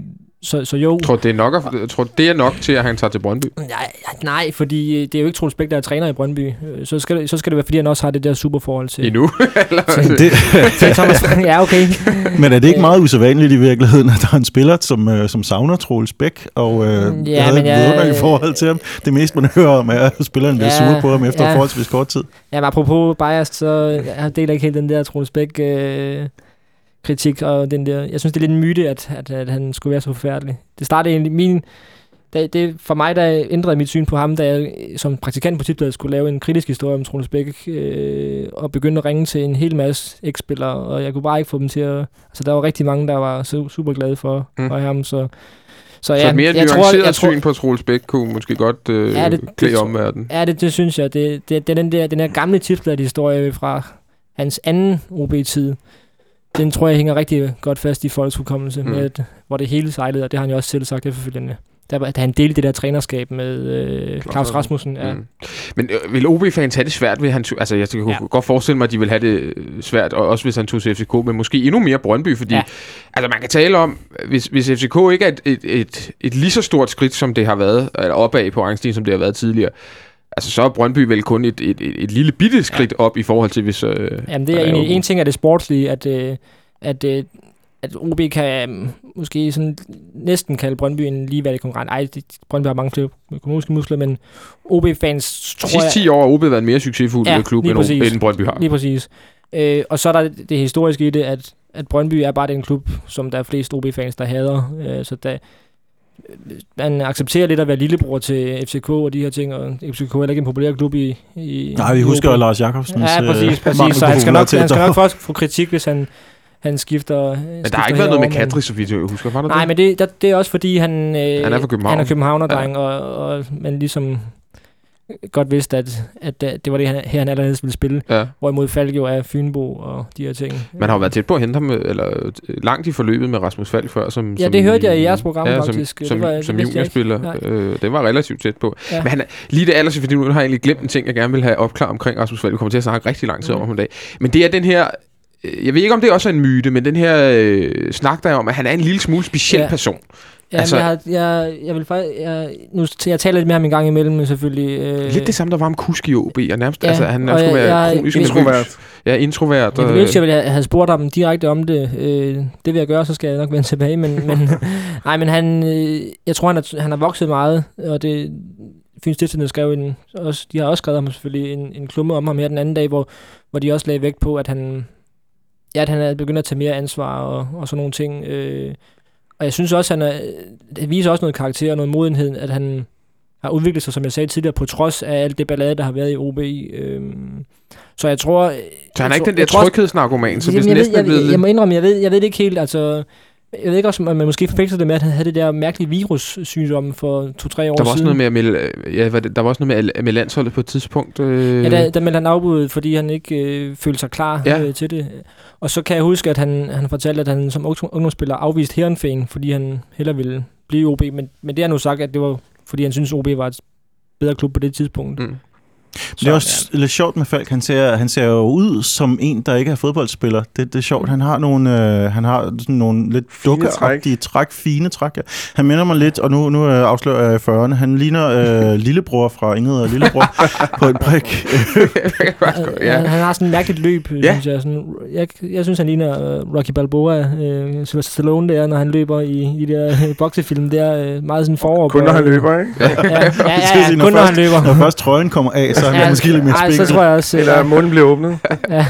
Så, så jo. Tror det er nok, at, tror det er nok til, at han tager til Brøndby? Nej, nej, fordi det er jo ikke Troels Bæk, der er træner i Brøndby. Så skal, det, så skal det være, fordi han også har det der superforhold til... Endnu? til, det, til Thomas. Ja, okay. Men er det ikke meget usædvanligt i virkeligheden, at der er en spiller, som, øh, som savner Troels Bæk, og øh, ja, havde et vidunderligt forhold til ham? Det meste, man hører om, er, at spilleren bliver ja, sur på ham efter ja. forholdsvis kort tid. Ja, men apropos biased, så jeg deler ikke helt den der Troels Bæk... Øh, kritik, og den der, jeg synes, det er lidt en myte, at, at, at han skulle være så forfærdelig. Det startede egentlig min, da, det for mig, der ændrede mit syn på ham, da jeg som praktikant på Tipsbladet skulle lave en kritisk historie om Troels Bæk, øh, og begyndte at ringe til en hel masse eks-spillere, og jeg kunne bare ikke få dem til at... Altså, der var rigtig mange, der var su- super glade for, mm. for ham, så... Så, ja, så et mere jeg nuanceret tror, jeg tror, syn på Troels Bæk kunne måske godt øh, ja, klæde omverdenen. Ja, det, det synes jeg. Det, det, det er den der, den der gamle Tipsbladet-historie fra hans anden O B-tid. Den tror jeg hænger rigtig godt fast i folks hukommelse, mm. med, hvor det hele sejlede, og det har han jo også selv sagt efterfølgende. Der, da han delte det der trænerskab med øh, Claus Rasmussen. Ja. Mm. Men øh, vil O B-fans have det svært ved, han t- altså jeg kan ja. godt forestille mig, at de vil have det svært, og også hvis han tog til F C K, men måske endnu mere Brøndby, fordi ja. altså man kan tale om, hvis, hvis F C K ikke er et, et, et, et lige så stort skridt, som det har været, eller opad på rangstigen, som det har været tidligere, altså så er Brøndby vel kun et, et, et, et lille bitte skridt ja. op i forhold til, hvis... Øh, Jamen det er en, en ting af det sportslige, at, øh, at, øh, at O B kan øh, måske sådan næsten kalde Brøndby en ligeværdig konkurrent. Ej, det, Brøndby har mange flere økonomiske muskler, men O B-fans tror jeg... De sidste ti år har O B været en mere succesfuld ja, klub, end, end Brøndby har. Lige præcis. Øh, og så er der det historiske i det, at, at Brøndby er bare den klub, som der er flest O B-fans, der hader. Øh, så der... Man accepterer lidt at være lillebror til F C K og de her ting, og F C K er ikke en populær klub i... i Nej, vi husker jo Lars Jacobsens... Ja, præcis, præcis. Så han skal nok, han skal nok først få kritik, hvis han, han skifter... Men der har ikke været noget med Kadri, så vidt jeg husker. Var der nej, det? men det, der, det er også fordi, han, øh, han er fra København. Han er københavnerdreng, ja. og, og man ligesom godt vidste, at, at det var det, han, her han allerede ville spille. Ja. Hvorimod Falk jo er Fynbo og de her ting. Man har jo været tæt på at hente ham, eller langt i forløbet med Rasmus Falk før. Som, ja, som, det hørte jeg i jeres program ja, faktisk. Som, det var, som det juniorspiller. Øh, det var relativt tæt på. Ja. Men han, lige det allersidste, fordi nu har jeg egentlig glemt en ting, jeg gerne vil have opklaret omkring Rasmus Falk. Vi kommer til at snakke rigtig lang tid mm. om ham i dag. Men det er den her... Jeg ved ikke, om det også er en myte, men den her øh, snak der om, at han er en lille smule speciel ja. person. Ja, altså, jeg, har, jeg, jeg vil faktisk... Jeg, nu, jeg taler lidt med ham en gang imellem, men selvfølgelig... Øh, lidt det samme, der var om Kusk i O B, og nærmest... Ja, altså, han nærmest skulle være jeg, kronisk introvert. Ja, introvert. Jeg vil ikke, jeg ville have spurgt ham direkte om det. Øh, det vil jeg gøre, så skal jeg nok vende tilbage, men... men nej, men han... Øh, jeg tror, han har, han har vokset meget, og det... Fyns Stiftstidende skrev en... Også, de har også skrevet ham selvfølgelig en, en klumme om ham her den anden dag, hvor, hvor de også lagde vægt på, at han... Ja, at han er begyndt at tage mere ansvar og, og sådan nogle ting. Øh, Og jeg synes også, han er, det viser også noget karakter og noget modenhed, at han har udviklet sig, som jeg sagde tidligere, på trods af alt det ballade, der har været i O B. Øhm, så jeg tror... Så han er ikke den der tryghedsnarkoman, som jamen, hvis næsten jeg, er blevet... Jeg, jeg må indrømme, jeg ved, jeg ved det ikke helt, altså... Jeg ved ikke også, om man måske forfægter det med, at han havde det der mærkelige virussygdom for to-tre år der var siden. Også noget med, med, ja, der var også noget med, med landsholdet på et tidspunkt. Øh... Ja, der, der meldte han afbud, fordi han ikke øh, følte sig klar ja. øh, til det. Og så kan jeg huske, at han, han fortalte, at han som ungdomsspiller afviste Heerenveen, fordi han hellere ville blive i O B. Men, men det har nu sagt, at det var, fordi han synes, O B var et bedre klub på det tidspunkt. Mm. Så, det er også ja. lidt sjovt med Falk. Han ser, han ser jo ud som en, der ikke er fodboldspiller. Det, det er sjovt. Han har nogle, øh, han har sådan nogle lidt dukkeagtige træk, fine træk. Ja. Han minder mig lidt, og nu, nu øh, afslører jeg fyrrerne. Han ligner øh, lillebror fra Ingrid og Lillebror på en prik. ja. han, han har sådan et mærkeligt løb, ja. synes jeg. Sådan, jeg. Jeg synes, han ligner uh, Rocky Balboa, øh, Stallone der, når han løber i, i de der øh, boksefilm. Det er øh, meget sådan forår. Kun når han løber, ikke? ja, ja, ja, ja, ja kun når han løber. Når først trøjen kommer af, så er han ja, måske lidt mere spændende. Så tror jeg også... Eller uh, munden bliver åbnet. ja.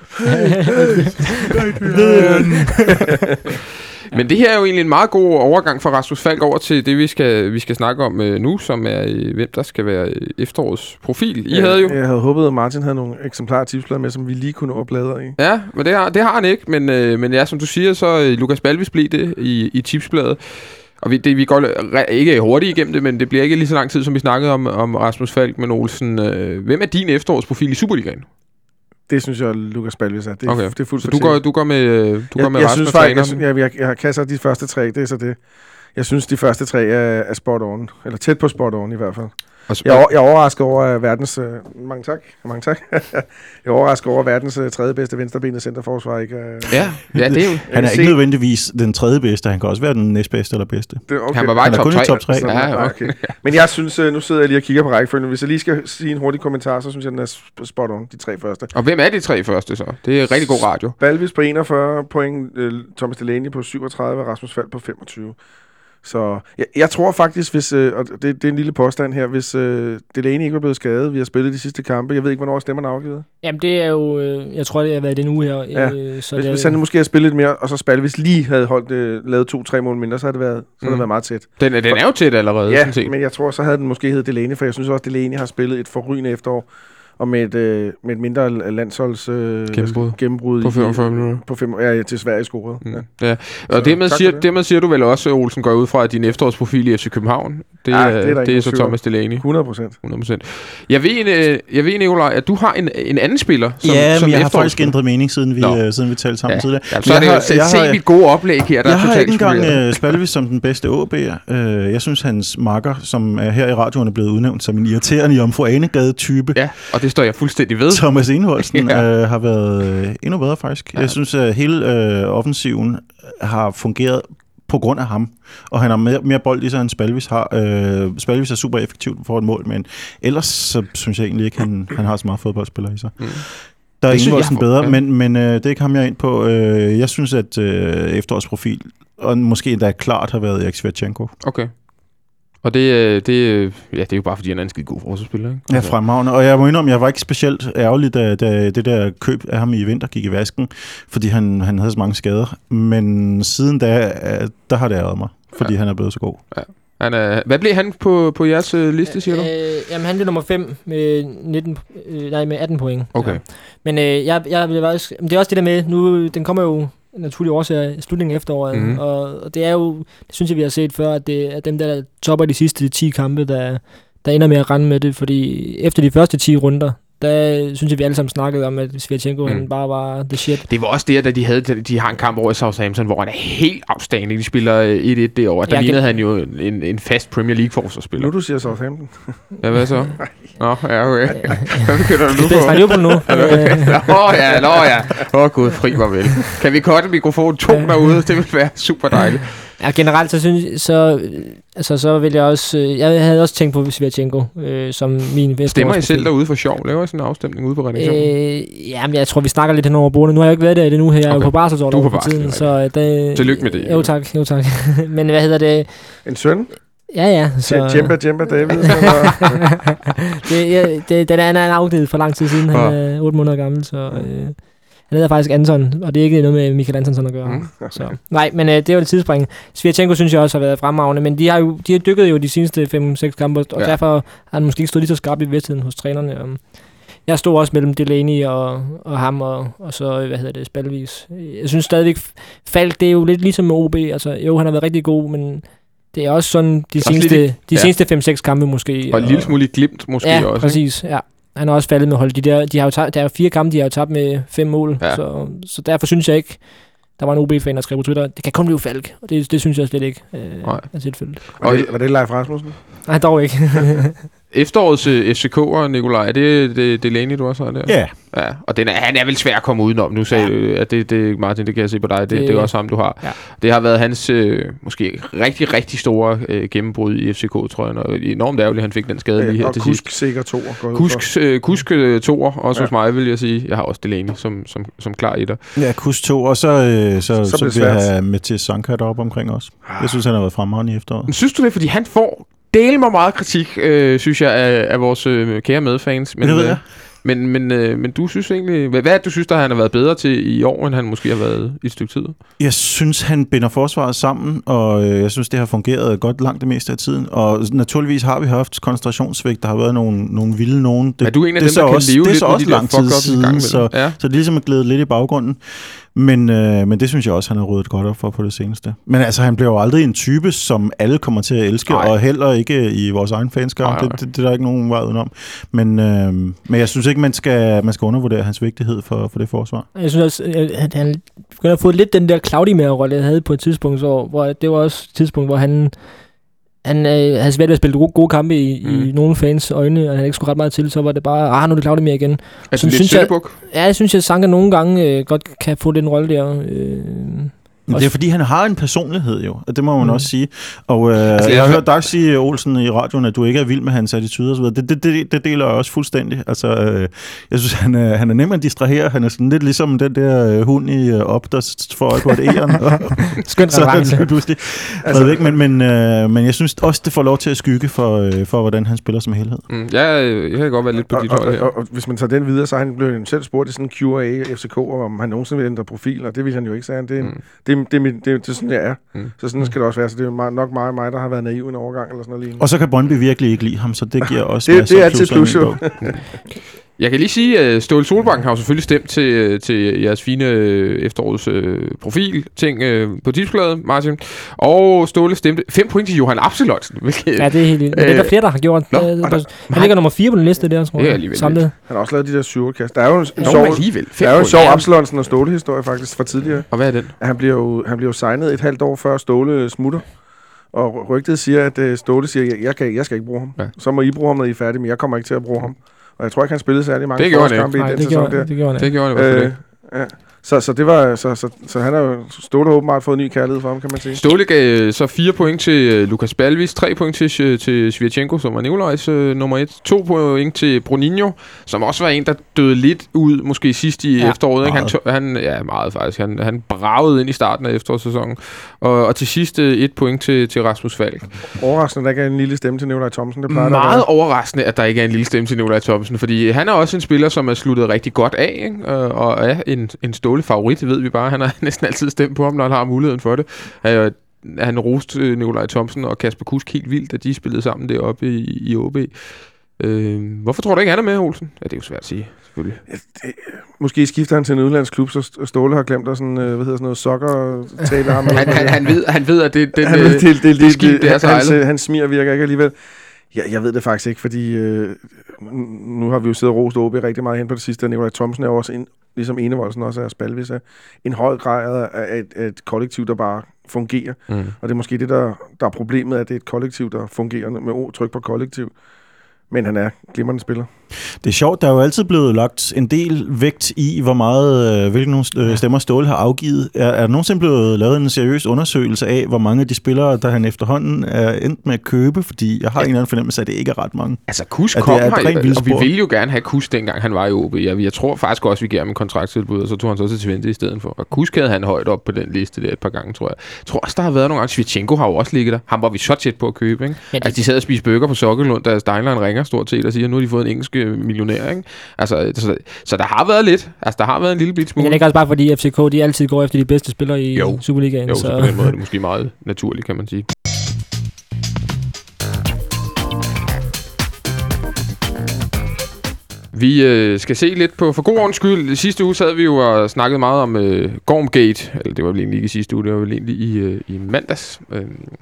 Men det her er jo egentlig en meget god overgang fra Rasmus Falk over til det, vi skal, vi skal snakke om øh, nu, som er, øh, hvem der skal være øh, efterårets profil. I ja, havde jo... Jeg havde håbet, at Martin havde nogle eksemplarer tipsblad med, som vi lige kunne opbladre i. Ja, men det har, det har han ikke. Men, øh, men ja, som du siger, så øh, Lukas Balvis blev det i, i tipsbladet. Og vi, det, vi går ikke hurtigt igennem det, men det bliver ikke lige så lang tid, som vi snakkede om, om Rasmus Falk, men Olsen. Øh, hvem er din efterårsprofil i Superligaen? Det synes jeg, Lukas Balvis er. Det er, okay. det er fuldt så du går, du går med, du jeg, går med jeg resten synes af faktisk, træneren? Jeg, jeg, jeg, jeg kan så de første tre, det er så det. Jeg synes, de første tre er, er spot on. Eller tæt på spot on i hvert fald. Jeg, jeg er overrasket over verdens... Øh, mange tak. Mange tak. jeg er overrasket over verdens øh, tredje bedste venstrebenede centerforsvar. Ikke, øh, ja, ja, det er jo... Han er ikke nødvendigvis den tredje bedste. Han kan også være den næstbedste eller bedste. Det, okay. Han var bare i top, top tre. Ja, okay. Men jeg synes... Øh, nu sidder jeg lige og kigger på rækkefølgen. Hvis jeg lige skal sige en hurtig kommentar, så synes jeg, den er spot on. De tre første. Og hvem er de tre første så? Det er rigtig god radio. Balvis på enogfyrre point. Øh, Thomas Delaney på syvogtredive. Og Rasmus Falk på femogtyve. Så jeg, jeg tror faktisk, hvis, øh, og det, det er en lille påstand her, hvis øh, Delaney ikke var blevet skadet, vi har spillet de sidste kampe, jeg ved ikke, hvornår stemmerne er afgivet. Jamen det er jo, øh, jeg tror, det har været den uge her. Ja. Øh, så hvis, det, hvis han måske har spillet lidt mere, og så Balvis lige havde holdt, øh, lavet to-tre mål mindre, så havde det været, så mm. det været meget tæt. Den, den er jo tæt allerede. Ja, men jeg tror, så havde den måske heddet Delaney, for jeg synes også, at Delaney har spillet et forrygende efterår. Og med et, øh, med et mindre landsholds øh, gennembrud, gennembrud på femogfyrre minutter. På fem, ja, til Sverige scoret. Mm. Ja. Ja. Og dermed siger, det. dermed siger du vel også, Olsen, går ud fra, at din efterårsprofil i F C København, det, ja, det er, det er så Thomas Delaney. hundrede procent. hundrede procent. Jeg ved, jeg ved Nikolaj, at du har en, en anden spiller, som, ja, som jeg har faktisk ændret mening, siden vi, uh, siden vi talte sammen ja. tidligere. Ja, så er det jo, se, se mit gode oplæg her, der jeg er totalt har ikke engang uh, Spalvis som den bedste A B'er. Uh, jeg synes, hans makker, som er her i radioen, er blevet udnævnt som en irriterende Jomfru Anegade-type. Ja, og det står jeg fuldstændig ved. Thomas Enholsten ja. øh, har været øh, endnu bedre, faktisk. Ja. Jeg synes, at hele øh, offensiven har fungeret på grund af ham. Og han har mere, mere bold i sig, end Spalvis har. Øh, Spalvis er super effektivt for et mål, men ellers så synes jeg egentlig ikke, han, han har så meget fodboldspiller i sig. Mm. Der er Enholsten bedre, ja. men, men øh, det kommer jeg ind på. Øh, jeg synes, at øh, efterårsprofil, og måske endda klart, har været Erik Sverchenko. Okay. Og det, det, ja, det er jo bare, fordi han er en skide god forsvarsspiller, ikke? Ja, fremragende. Og jeg må indrømme, jeg var ikke specielt ærgerlig, da, da det der køb af ham i vinter gik i vasken, fordi han, han havde så mange skader. Men siden da, der har det ærget mig, fordi ja. han er blevet så god. Ja. Han er, hvad blev han på, på jeres liste, siger du? Øh, jamen, han blev nummer fem med, nitten, øh, nej, med atten point. Okay. Ja. Men øh, jeg, jeg, jeg, det er også det der med, nu, den kommer jo naturligt også i slutningen af efteråret, mm-hmm. og, og det er jo, det synes jeg, vi har set før, at det er dem, der topper de sidste ti kampe, der, der ender med at rende med det, fordi efter de første ti runder, der synes jeg, vi alle sammen snakkede om, at Sverchenko, mm. han bare var the shit. Det var også det, da de havde, de har en kamp over i Southampton, hvor han er helt outstanding. De spiller et et derovre. Der ja, lignede han jo en, en fast Premier League-forsvarsspiller. Nu du siger Southampton. Ja, hvad så? Nå, ja, okay. Hvad begynder du nu på? Jeg spiller nu. Åh ja, nå ja. Åh oh, gud, fri mig vel. Kan vi korte mikrofonen to derude? Det vil være super dejligt. Ja, generelt så synes så altså så vil jeg også øh, jeg havde også tænkt på Sverchenko øh, som min bedste. Stemmer I selv derude for sjov? Laver I sådan en afstemning ude på redaktionen? Øh, jamen jeg tror vi snakker lidt hen over bordet. Nu har jeg ikke været der i det nu her. Jeg okay. er jo på barselsordning på barsel, tiden, så det. Tillykke med det. Jo tak, jo tak. Men hvad hedder det? En søn? Ja ja, så Jemba Jemba David. det, ja, det den er en afgivet for lang tid siden. Han er otte måneder gammel, så øh, Han hedder faktisk Anton, og det er ikke noget med Michael Antonsson at gøre. Mm. Så, nej, men øh, det var det tidsspring. Svirchenko synes jeg også har været fremragende, men de har jo de har dykket jo de seneste fem seks kampe, og ja. derfor har han måske ikke stået lige så skarpt i bevidstheden hos trænerne. Jeg stod også mellem Delaney og, og ham, og, og så, hvad hedder det, Spalvis. Jeg synes stadigvæk, Falk, det er jo lidt ligesom med O B. Altså, jo, han har været rigtig god, men det er også sådan de seneste, de ja. seneste fem seks kampe måske. Og en lille smule glimt måske ja, også. Præcis, ja. Han har også faldet med hold. De der, de har jo tabt, der er jo fire kampe, de har jo tabt med fem mål. Ja. Så, så derfor synes jeg ikke, der var en O B-fan, der skrev på Twitter, det kan kun blive Falk. Og det, det synes jeg slet ikke øh, er tilfældet. Var det, var det Leif Rasmussen? Nej, dog ikke. Efterårets uh, F C K'er, Nikolaj, er det, det, det Delaney, du også har der? Ja. Yeah. Ja, og den er, han er vel svær at komme udenom. Nu sagde ja. du, at det, det, Martin, det kan jeg se på dig, det, det, det er også ham, du har. Ja. Det har været hans øh, måske rigtig, rigtig store øh, gennembrud i F C K, tror jeg. Og enormt ærgerligt, han fik den skade ja, lige her til sidst. Og Kusk sikker toer. Kusk, øh, kusk øh, toer, også ja. hos mig, vil jeg sige. Jeg har også Delaney som, som, som klar i dig. Ja, Kusk to, og så, øh, så, så, så vil jeg have Mathias Sanka deroppe omkring også. Jeg synes, han har været fremragende i efteråret. Men synes du det, fordi han får dele mig meget kritik, øh, synes jeg, af, af vores øh, kære medfans. Men, det ved jeg. Men, men, øh, men du synes egentlig... Hvad, hvad er det, du synes, der han har været bedre til i år, end han måske har været i et stykke tid? Jeg synes, han binder forsvaret sammen, og øh, jeg synes, det har fungeret godt langt det meste af tiden. Og naturligvis har vi haft koncentrationssvigt. Der har været nogle, nogle vilde nogen. Det, er du en af det dem, der kan også, leve det lidt er så også de lang tid siden, så, ja. så det er ligesom glædet lidt i baggrunden. Men, øh, men det synes jeg også, han har ryddet godt op for på det seneste. Men altså, han bliver jo aldrig en type, som alle kommer til at elske, Ej. og heller ikke i vores egen fanskab. Det, det, det er der ikke nogen vej udenom. Men, øh, men jeg synes ikke, man skal, man skal undervurdere hans vigtighed for, for det forsvar. Jeg synes også, at han begynder at få lidt den der Claudimir-rolle, jeg havde på et tidspunkt, så, hvor det var også et tidspunkt, hvor han... Han øh, havde svært ved at spille gode, gode kampe i, mm. i nogle fans øjne, og han ikke skulle ret meget til, så var det bare, ah, nu er det Claudimir igen. Altså lidt Søllebuk? Ja, jeg synes, at Sanka nogle gange øh, godt kan få den rolle der. Øh, Men det er fordi, han har en personlighed jo, og det må man mm. også sige. Og øh, altså, jeg har hørt dig sige, Olsen, i radioen, at du ikke er vild med hans attitude og så videre. Det, det, det, det deler jeg også fuldstændig. Altså, øh, jeg synes, han er, han er nem at distrahere. Han er sådan lidt ligesom den der øh, hund i øh, op, der får øje på et æren. Skønt reference. Altså, ikke? Men, men, øh, men jeg synes også, det får lov til at skygge for, øh, for hvordan han spiller som helhed. Mm, ja, jeg kan godt være lidt på dit hold her. Og, og, og hvis man tager den videre, så har han blevet selv spurgt i sådan en Q and A F C K, om han nogensinde vil ændre profil, og det vil han jo ikke, sige. Det, mm. det, det, det, det, det er sådan, jeg er. Mm. Så sådan skal det også være. Så det er meget, nok meget mig, der har været naiv en overgang eller sådan noget. Og så kan Brøndby virkelig ikke lide ham, så det giver også... det, det er altid plus jo. Jeg kan lige sige, at Ståle Solbakken har jo selvfølgelig stemt til, til jeres fine efterårets øh, profil-ting øh, på tipsbladet, Martin. Og Ståle stemte fem point til Johan Absalonsen. Hvilket, ja, det er helt vildt. Men det er der flere, der har gjort. Nå, der, der, der, han ligger nummer fire på den liste der, tror jeg. Det er samlet. Han har også lavet de der syvkast. Der er jo en, en Nå, sjov, der er jo en sjov Absalonsen og Ståle-historie faktisk fra tidligere. Og hvad er den? Han bliver jo, han bliver jo signet et halvt år før Ståle smutter. Og rygtet siger, at Ståle siger, jeg, jeg, kan, jeg skal ikke bruge ham. Ja. Så må I bruge ham, når I er færdige, men jeg kommer ikke til at bruge ham. Og jeg tror ikke, han spillede særlig mange forårskampe i den sæson gjorde, der. Det gjorde han ikke. Det gjorde han øh, ja. Så, så det var så, så, så han har jo Ståle har åbenbart fået ny kærlighed for ham, kan man sige. Ståle gav så fire point til Lukas Balvis, tre point til, til Svirchenko, som var Nikolajs øh, nummer et, to point til Bruninho, som også var en, der døde lidt ud, måske sidst i ja. efteråret. Ikke? Han, tog, han, ja, meget faktisk. Han, han bragede ind i starten af efterårssæsonen. Og, og til sidst øh, et point til, til Rasmus Falk. Overraskende, at der ikke er en lille stemme til Nikolaj Thomsen. Det plejer meget der overraskende, at der ikke er en lille stemme til Nikolaj Thomsen, fordi han er også en spiller, som er sluttet rigtig godt af, ikke? Og, og er en, en Ståle favorit, ved vi bare. Han har næsten altid stemt på ham, når han har muligheden for det. Uh, han roste Nikolaj Thomsen og Kasper Kusk helt vildt, da de spillede sammen deroppe i, i O B. Uh, hvorfor tror du ikke, han er med, Olsen? Ja, det er jo svært at sige, selvfølgelig. Ja, det, måske skifter han til en udlandsklub, så Ståle har glemt at sådan, hvad hedder sådan noget, sokker-tale ham. han, han, han, ved, han ved, at det, den, han ved, det, det, det, det, skib, det er så hans, hans smir virker ikke alligevel. Ja, jeg ved det faktisk ikke, fordi øh, nu har vi jo siddet og rost O B rigtig meget hen på det sidste, og Nikolaj Thomsen er også, en, ligesom Enevoldsen også er Spalvis, er en høj grad af et, af et kollektiv, der bare fungerer. Mm. Og det er måske det, der, der er problemet, at det er et kollektiv, der fungerer med o, tryk på kollektiv. Men han er glimrende spiller. Det er sjovt, der er jo altid blevet lagt en del vægt i, hvor meget, øh, hvilke nogle stemmer Ståle har afgivet. Er, er der nogensinde blevet lavet en seriøs undersøgelse af, hvor mange af de spillere, der han efterhånden er endt med at købe? Fordi jeg har ja. en eller anden fornemmelse af, at det ikke er ret mange. Altså Kusk kom her, og vi ville jo gerne have Kusk, dengang han var i O B. Jeg, jeg tror faktisk også, vi gav ham en kontrakttilbud, og så tog han så til Twente i stedet for. Og Kusk havde han højt op på den liste der et par gange, tror jeg. Jeg tror også, der har været nogle gange. Svirchenko har jo også ligget der. Ham var vi så tæt på at købe, ikke? Ja, altså, de sad og spiste bøger på Sokkelund, da Steinlein ringer. ringer stort set og siger, at nu har de fået en engelsk millionær, ikke? Altså, så, så der har været lidt. Altså, der har været en lille bit smule. Men det er ikke også bare fordi F C K, de altid går efter de bedste spillere i jo. Superligaen. Jo, så, så på den måde er det måske meget naturligt, kan man sige. Vi øh, skal se lidt på, for god ordens skyld, sidste uge sad vi jo og snakkede meget om øh, Gormgate, eller det var vel egentlig ikke i sidste uge, det var vel egentlig i, øh, i mandags. Øh,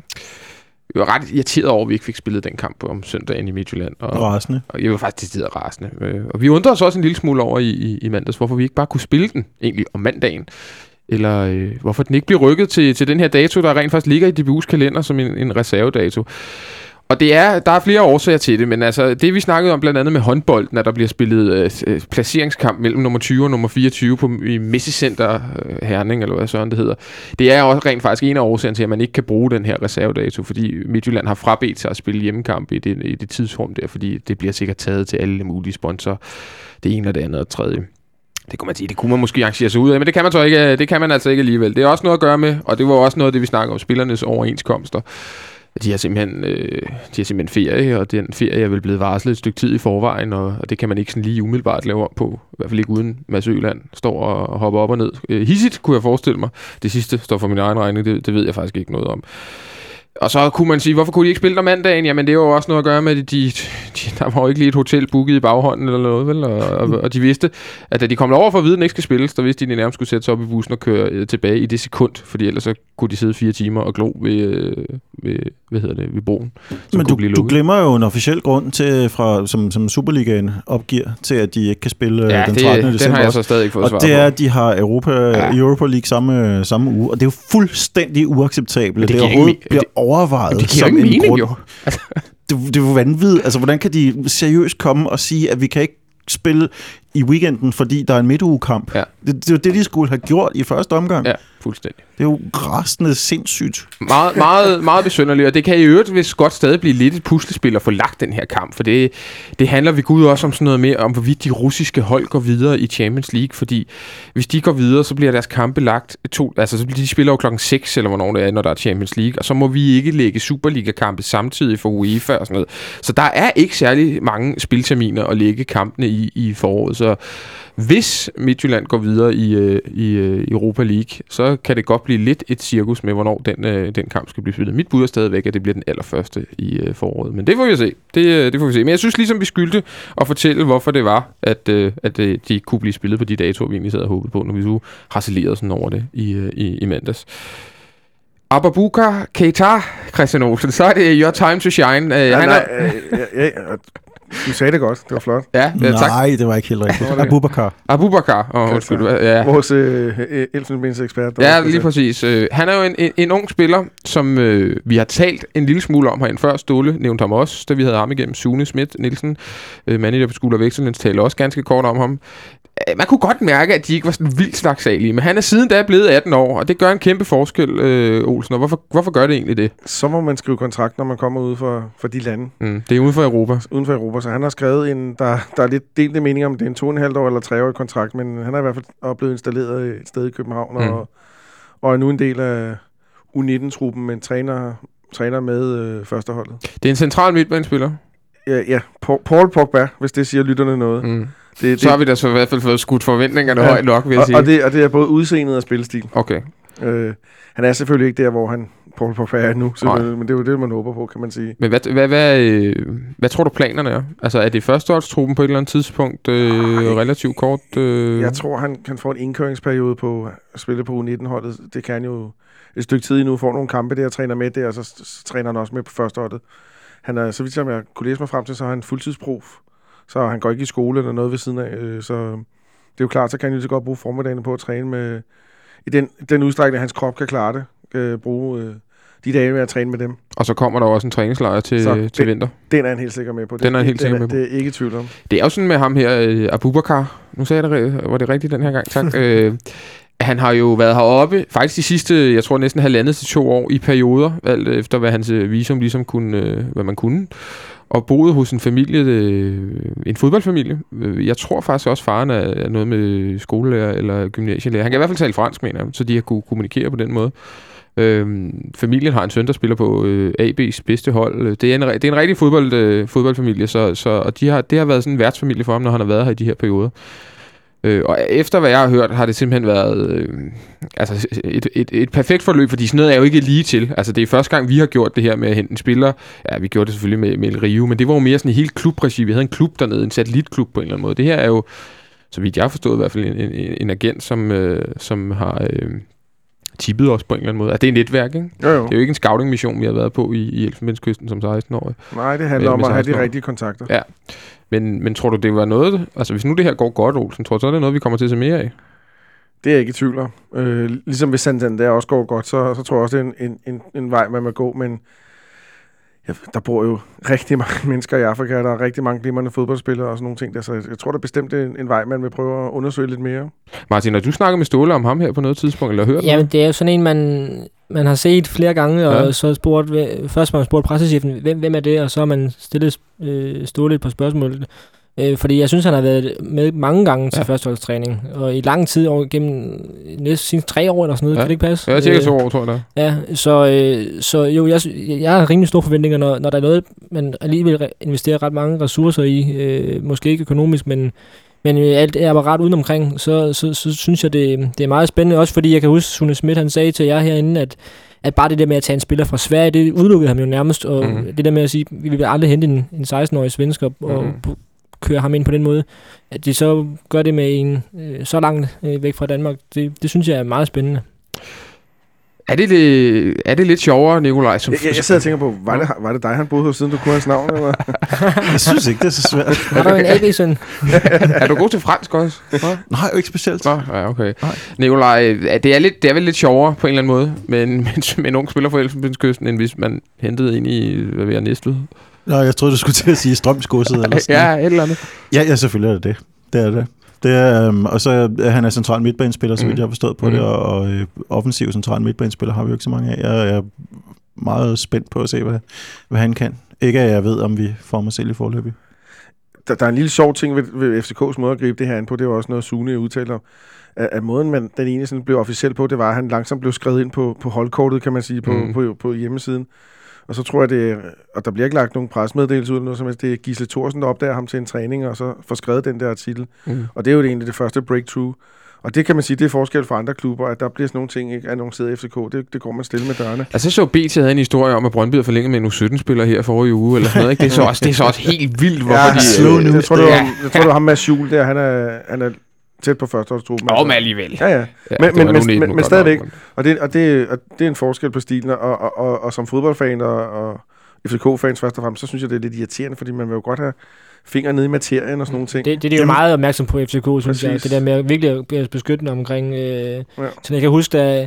vi var ret irriteret over, at vi ikke fik spillet den kamp om søndagen i Midtjylland. Og, rasende. Og jeg var faktisk decideret rasende. Øh, og vi undrede os også en lille smule over i, i, i mandags, hvorfor vi ikke bare kunne spille den egentlig om mandagen. Eller øh, hvorfor den ikke bliver rykket til, til den her dato, der rent faktisk ligger i D B U's kalender som en, en reservedato. Og det er, der er flere årsager til det, men altså det vi snakkede om blandt andet med håndbolden, at der bliver spillet øh, placeringskamp mellem nummer tyve og nummer fireogtyve på, i Messecenter øh, Herning, eller hvad sådan det hedder. Det er også rent faktisk en af årsagerne til, at man ikke kan bruge den her reservedato, fordi Midtjylland har frabedt sig at spille hjemmekamp i det, i det tidsrum der, fordi det bliver sikkert taget til alle mulige sponsorer. Det ene og det andet og det tredje. Det kunne man sige, det kunne man måske arrangere sig ud af, men det kan man så ikke, det kan man altså ikke alligevel. Det er også noget at gøre med, og det var også noget af det, vi snakker om, spillernes overenskomster. De har simpelthen, øh, de har simpelthen ferie, og den ferie er vel blevet varslet et stykke tid i forvejen, og, og det kan man ikke sådan lige umiddelbart lave om på, i hvert fald ikke uden Mads Øland står og, og hopper op og ned. Øh, hissigt kunne jeg forestille mig. Det sidste står for min egen regning, det, det ved jeg faktisk ikke noget om. Og så kunne man sige, hvorfor kunne de ikke spille om mandagen? Jamen det var jo også noget at gøre med, at de, de, der var jo ikke lige et hotel booket i baghånden eller noget, vel? Og, og, og de vidste, at da de kom over for at vide, at den ikke skal spilles, der vidste de, at de nærmest skulle sætte sig op i bussen og køre øh, tilbage i det sekund, fordi ellers så kunne de sidde fire timer og glo ved, øh, ved hvad hedder det, ved broen. Men du, du glemmer jo en officiel grund til, fra, som, som Superligaen opgiver, til at de ikke kan spille ja, den det, trettende december. Den har jeg så stadig ikke fået og svar det er, på. at de har Europa, ja. Europa League samme, samme uge, og det er jo fuldstændig uacceptabelt. Det, det overhovedet bliver det, overvejet det som en mening, grund. Jo. det, det er jo vanvittigt. Altså, hvordan kan de seriøst komme og sige, at vi kan ikke spille i weekenden, fordi der er en midtugekamp? Ja. Det, det er jo det, de skulle have gjort i første omgang. Ja, fuldstændig. Det er jo rasende sindssygt. Meget, meget, meget besynderligt, og det kan i øvrigt hvis godt stadig blive lidt et puslespil at få lagt den her kamp, for det, det handler ved Gud også om sådan noget mere, om hvorvidt de russiske hold går videre i Champions League, fordi hvis de går videre, så bliver deres kampe lagt to, altså så de spiller jo klokken seks, eller hvornår det er, når der er Champions League, og så må vi ikke lægge Superliga-kampe samtidig for UEFA og sådan noget. Så der er ikke særlig mange spilterminer at lægge kampene i, i foråret, så hvis Midtjylland går videre i, øh, i øh, Europa League, så kan det godt blive lidt et cirkus med, hvornår den, øh, den kamp skal blive spillet. Mit bud er stadigvæk, at det bliver den allerførste i øh, foråret. Men det får vi se. Det, øh, det får vi se. Men jeg synes ligesom, vi skyldte at fortælle, hvorfor det var, at, øh, at øh, de kunne blive spillet på de datoer, vi egentlig sad og håbet på, når vi nu harcelerede sådan over det i, øh, i, i mandags. Abubakar Keita, Christian Olsen, så er det your time to shine. Uh, ja, han nej, er... øh, ja, ja, du sagde det godt. Det var flot. Ja, ja, tak. Nej, det var ikke helt rigtigt. Abubakar. Abubakar. Åh, undskyld. Ja. Vores øh, elfenbensekspert. Ja, lige præcis. Uh, han er jo en, en, en ung spiller, som uh, vi har talt en lille smule om herinde før. Ståle nævnte ham også, da vi havde ham igennem. Sune Schmidt Nielsen, uh, manager på School of Excellence, talte også ganske kort om ham. Man kunne godt mærke, at de ikke var sådan vildt slagsalige, men han er siden da blevet atten år, og det gør en kæmpe forskel, øh, Olsen. Og hvorfor, hvorfor gør det egentlig det? Så må man skrive kontrakt, når man kommer ud for, for de lande. Mm, det er uden for Europa. Uden for Europa, så han har skrevet en, der, der er lidt delte meninger om, det er en to og en halv år eller tre år kontrakt, men han har i hvert fald blevet installeret et sted i København, mm. og, og er nu en del af U nitten-truppen, men træner, træner med øh, førsteholdet. Det er en central midtbanespiller. Ja, ja. Paul Pogba, hvis det siger lytterne noget. Mm. Det, det, så har vi da så i hvert fald fået skudt forventningerne ja, højt nok, vil jeg og, sige. Og det, og det er både udseendet og spilstil. Okay. Øh, han er selvfølgelig ikke der, hvor han Paul Pogba er nu, men det er jo det, man håber på, kan man sige. Men hvad, hvad, hvad, øh, hvad tror du planerne er? Altså er det førsteholdstruppen på et eller andet tidspunkt øh, relativt kort? Øh... Jeg tror, han kan få en indkøringsperiode på at spille på U nitten-holdet. Det kan han jo et stykke tid endnu, får nogle kampe der, træner med der, og så, så træner han også med på førsteholdet. Han er, så vidt som jeg kunne læse mig frem til, så er han fuldtidsprof. Så han går ikke i skole eller noget ved siden af. Øh, så det er jo klart, så kan han jo så godt bruge formiddagen på at træne med, i den, den udstrækning, at hans krop kan klare det. Øh, bruge øh, de dage med at træne med dem. Og så kommer der også en træningslejr til, så til den, vinter. Den er han helt sikker med på. Den det, er han helt sikker med på. Det er ikke i tvivl om. Det er jo sådan med ham her, Abubakar. Nu sagde jeg det, var det rigtigt den her gang, tak. øh, han har jo været heroppe, faktisk de sidste, jeg tror næsten halvandet til to år i perioder, alt efter hvad hans visum ligesom kunne, hvad man kunne. og boede hos en familie, øh, en fodboldfamilie. Jeg tror faktisk også, faren er, er noget med skolelærer eller gymnasielærer. Han kan i hvert fald tale fransk, mener jeg, så de har kunne kommunikere på den måde. Øhm, familien har en søn, der spiller på øh, A B's bedste hold. Det er en, det er en rigtig fodbold, øh, fodboldfamilie, så, så, og de har, det har været sådan en værtsfamilie for ham, når han har været her i de her perioder. Øh, og efter hvad jeg har hørt, har det simpelthen været øh, altså et, et, et perfekt forløb, fordi sådan noget er jo ikke lige til. Altså det er første gang, vi har gjort det her med at hente en spiller. Ja, vi gjorde det selvfølgelig med, med El Rio, men det var jo mere sådan en helt klubregi. Vi havde en klub dernede, en satellitklub på en eller anden måde. Det her er jo, så vidt jeg har forstået i hvert fald, en, en, en agent, som, øh, som har øh, tippet os på en eller anden måde. Altså det er et netværk, ikke? Jo, jo. Det er jo ikke en scouting-mission, vi har været på i, i Elfenbenskysten som seksten-årig. Nej, det handler om at have de rigtige kontakter. Ja. Men, men tror du, det var noget... Altså, hvis nu det her går godt, Olsen, tror du så, er det noget, vi kommer til at se mere af? Det er jeg ikke i tvivl om. Øh, ligesom hvis Santander også går godt, så, så tror jeg også, det er en, en, en vej, man må gå. Men ja, der bor jo rigtig mange mennesker i Afrika, der er rigtig mange glimrende fodboldspillere og sådan nogle ting der. Så jeg, jeg tror, der er bestemt en, en vej, man vil prøve at undersøge lidt mere. Martin, har du snakket med Ståle om ham her på noget tidspunkt, eller hørt? Jamen, det er jo sådan en, man... Man har set flere gange, og ja. så spurgt, først har man spurgt pressechefen, hvem, hvem er det, og så har man stillet øh, Ståle et par spørgsmål. Øh, fordi jeg synes, han har været med mange gange til ja. førsteholdstræning, og i lang tid over, gennem næste sine tre år eller sådan noget, ja. Kan det ikke passe? Ja, cirka to år, tror jeg da. Ja, så, øh, så jo, jeg, jeg har rimelig store forventninger, når, når der er noget, man alligevel investerer ret mange ressourcer i, øh, måske ikke økonomisk, men Men øh, alt er bare ret udenomkring, så, så, så synes jeg, det, det er meget spændende. Også fordi jeg kan huske, Sune Schmidt, han sagde til jer herinde, at, at bare det der med at tage en spiller fra Sverige, det udelukkede ham jo nærmest. Og mm-hmm. det der med at sige, vi vil aldrig hente en, en seksten-årig svensker og mm-hmm. køre ham ind på den måde. At de så gør det med en øh, så langt øh, væk fra Danmark, det, det synes jeg er meget spændende. Er det, det, er det lidt sjovere, Nikolaj? Som jeg, jeg sidder og tænker på, var det, var det dig, han boede hos, siden du kunne hans navn? Eller? Jeg synes ikke, det er så svært. Var der en A B-søn? Er du god til fransk også? Nej, jo ikke specielt. Nå, ja, okay. Nej. Nikolaj, det er, lidt, det er vel lidt sjovere på en eller anden måde, med en, med en ung spiller fra Elfenbenskysten, end hvis man hentede ind i, hvad ved jeg, Næstved? Nå, jeg troede, du skulle til at sige Strømsgodset eller sådan. Ja, et eller andet. Ja, ja, selvfølgelig er det det. Det er det. Det er, um, og så er han er central midtbanespiller, så vidt jeg har forstået på mm. det, og, og øh, offensiv central midtbanespiller har vi jo ikke så mange af. Jeg, jeg er meget spændt på at se, hvad, hvad han kan. Ikke at jeg ved, om vi får mig selv i forløbet. Der, der er en lille sjov ting ved, ved F C K's måde at gribe det her an på, det var også noget, Sune udtaler om. At, at måden, man, den ene sådan blev officielt på, det var, at han langsomt blev skrevet ind på, på holdkortet, kan man sige, på, mm. på, på, på hjemmesiden. Og så tror jeg, det er, og der bliver ikke lagt nogen pressemeddelelse ud, eller noget som helst. Det er Gisle Thorsen, der opdager ham til en træning, og så får skrevet den der artikel. Mm. Og det er jo egentlig det første breakthrough. Og det kan man sige, det er forskel fra andre klubber, at der bliver sådan nogle ting ikke annonceret i F C K. Det, det går man stille med dørene. Altså så B T havde en historie om, at Brøndby havde forlænget med en U sytten-spiller her forrige uge, eller sådan noget, ikke? Det er så også, det er så også helt vildt, hvorfor ja, de... Slow news. Jeg tror, det var, jeg tror, det var ham med Schul der. Han er, han er tæt på førsteholdstruppen. Åh, men alligevel. Ja, ja. ja men, men, men, men, men stadigvæk. Og det, og, det, og det er en forskel på stilen. Og, og, og, og som fodboldfan og, og F C K-fans først og fremmest, så synes jeg, det er lidt irriterende, fordi man vil jo godt have fingre nede i materien og sådan nogle ting. Det, det, det er jo meget opmærksom på F C K, synes Præcis. jeg. Det der med at virkelig blive beskyttende omkring... Øh, ja. Så jeg kan huske, da,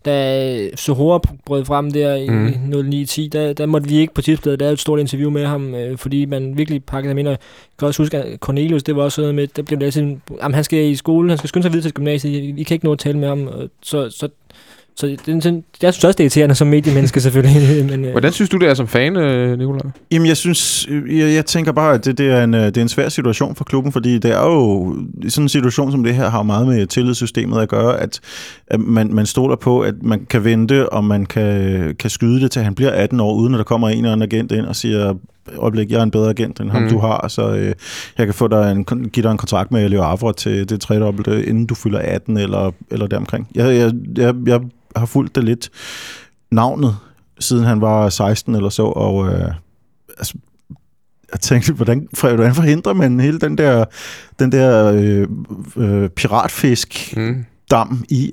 da Sohora brød frem der i mm. nul ni ti, der, der måtte vi ikke på tipsbladet, der er et stort interview med ham, øh, fordi man virkelig pakkede ham ind. Og jeg kan også huske, at Cornelius, det var også sådan med, der blev det altid, jamen, han skal i skole, han skal skynde sig videre til gymnasiet, vi kan ikke nå at tale med ham, så... så Så det, det, jeg synes også, det er irriterende som mediemenneske, selvfølgelig. Men, Hvordan synes du, det er som fan, Nikolaj? Jamen, jeg synes, jeg, jeg tænker bare, at det, det, er en, det er en svær situation for klubben, fordi det er jo, i sådan en situation som det her, har meget med tillidssystemet at gøre, at, at man, man stoler på, at man kan vente, og man kan, kan skyde det til, at han bliver atten år, uden at der kommer en eller anden agent ind og siger, øjeblik, jeg er en bedre agent, end ham mm. du har, så øh, jeg kan få dig en, give dig en kontrakt med Leo Avre til det tredobbelte, inden du fylder atten, eller, eller deromkring. Jeg, jeg, jeg, jeg har fulgt det lidt navnet, siden han var seksten eller så, og øh, altså, jeg tænkte, hvordan, hvordan forhindrer man hele den der, den der øh, øh, piratfisk mm. dam i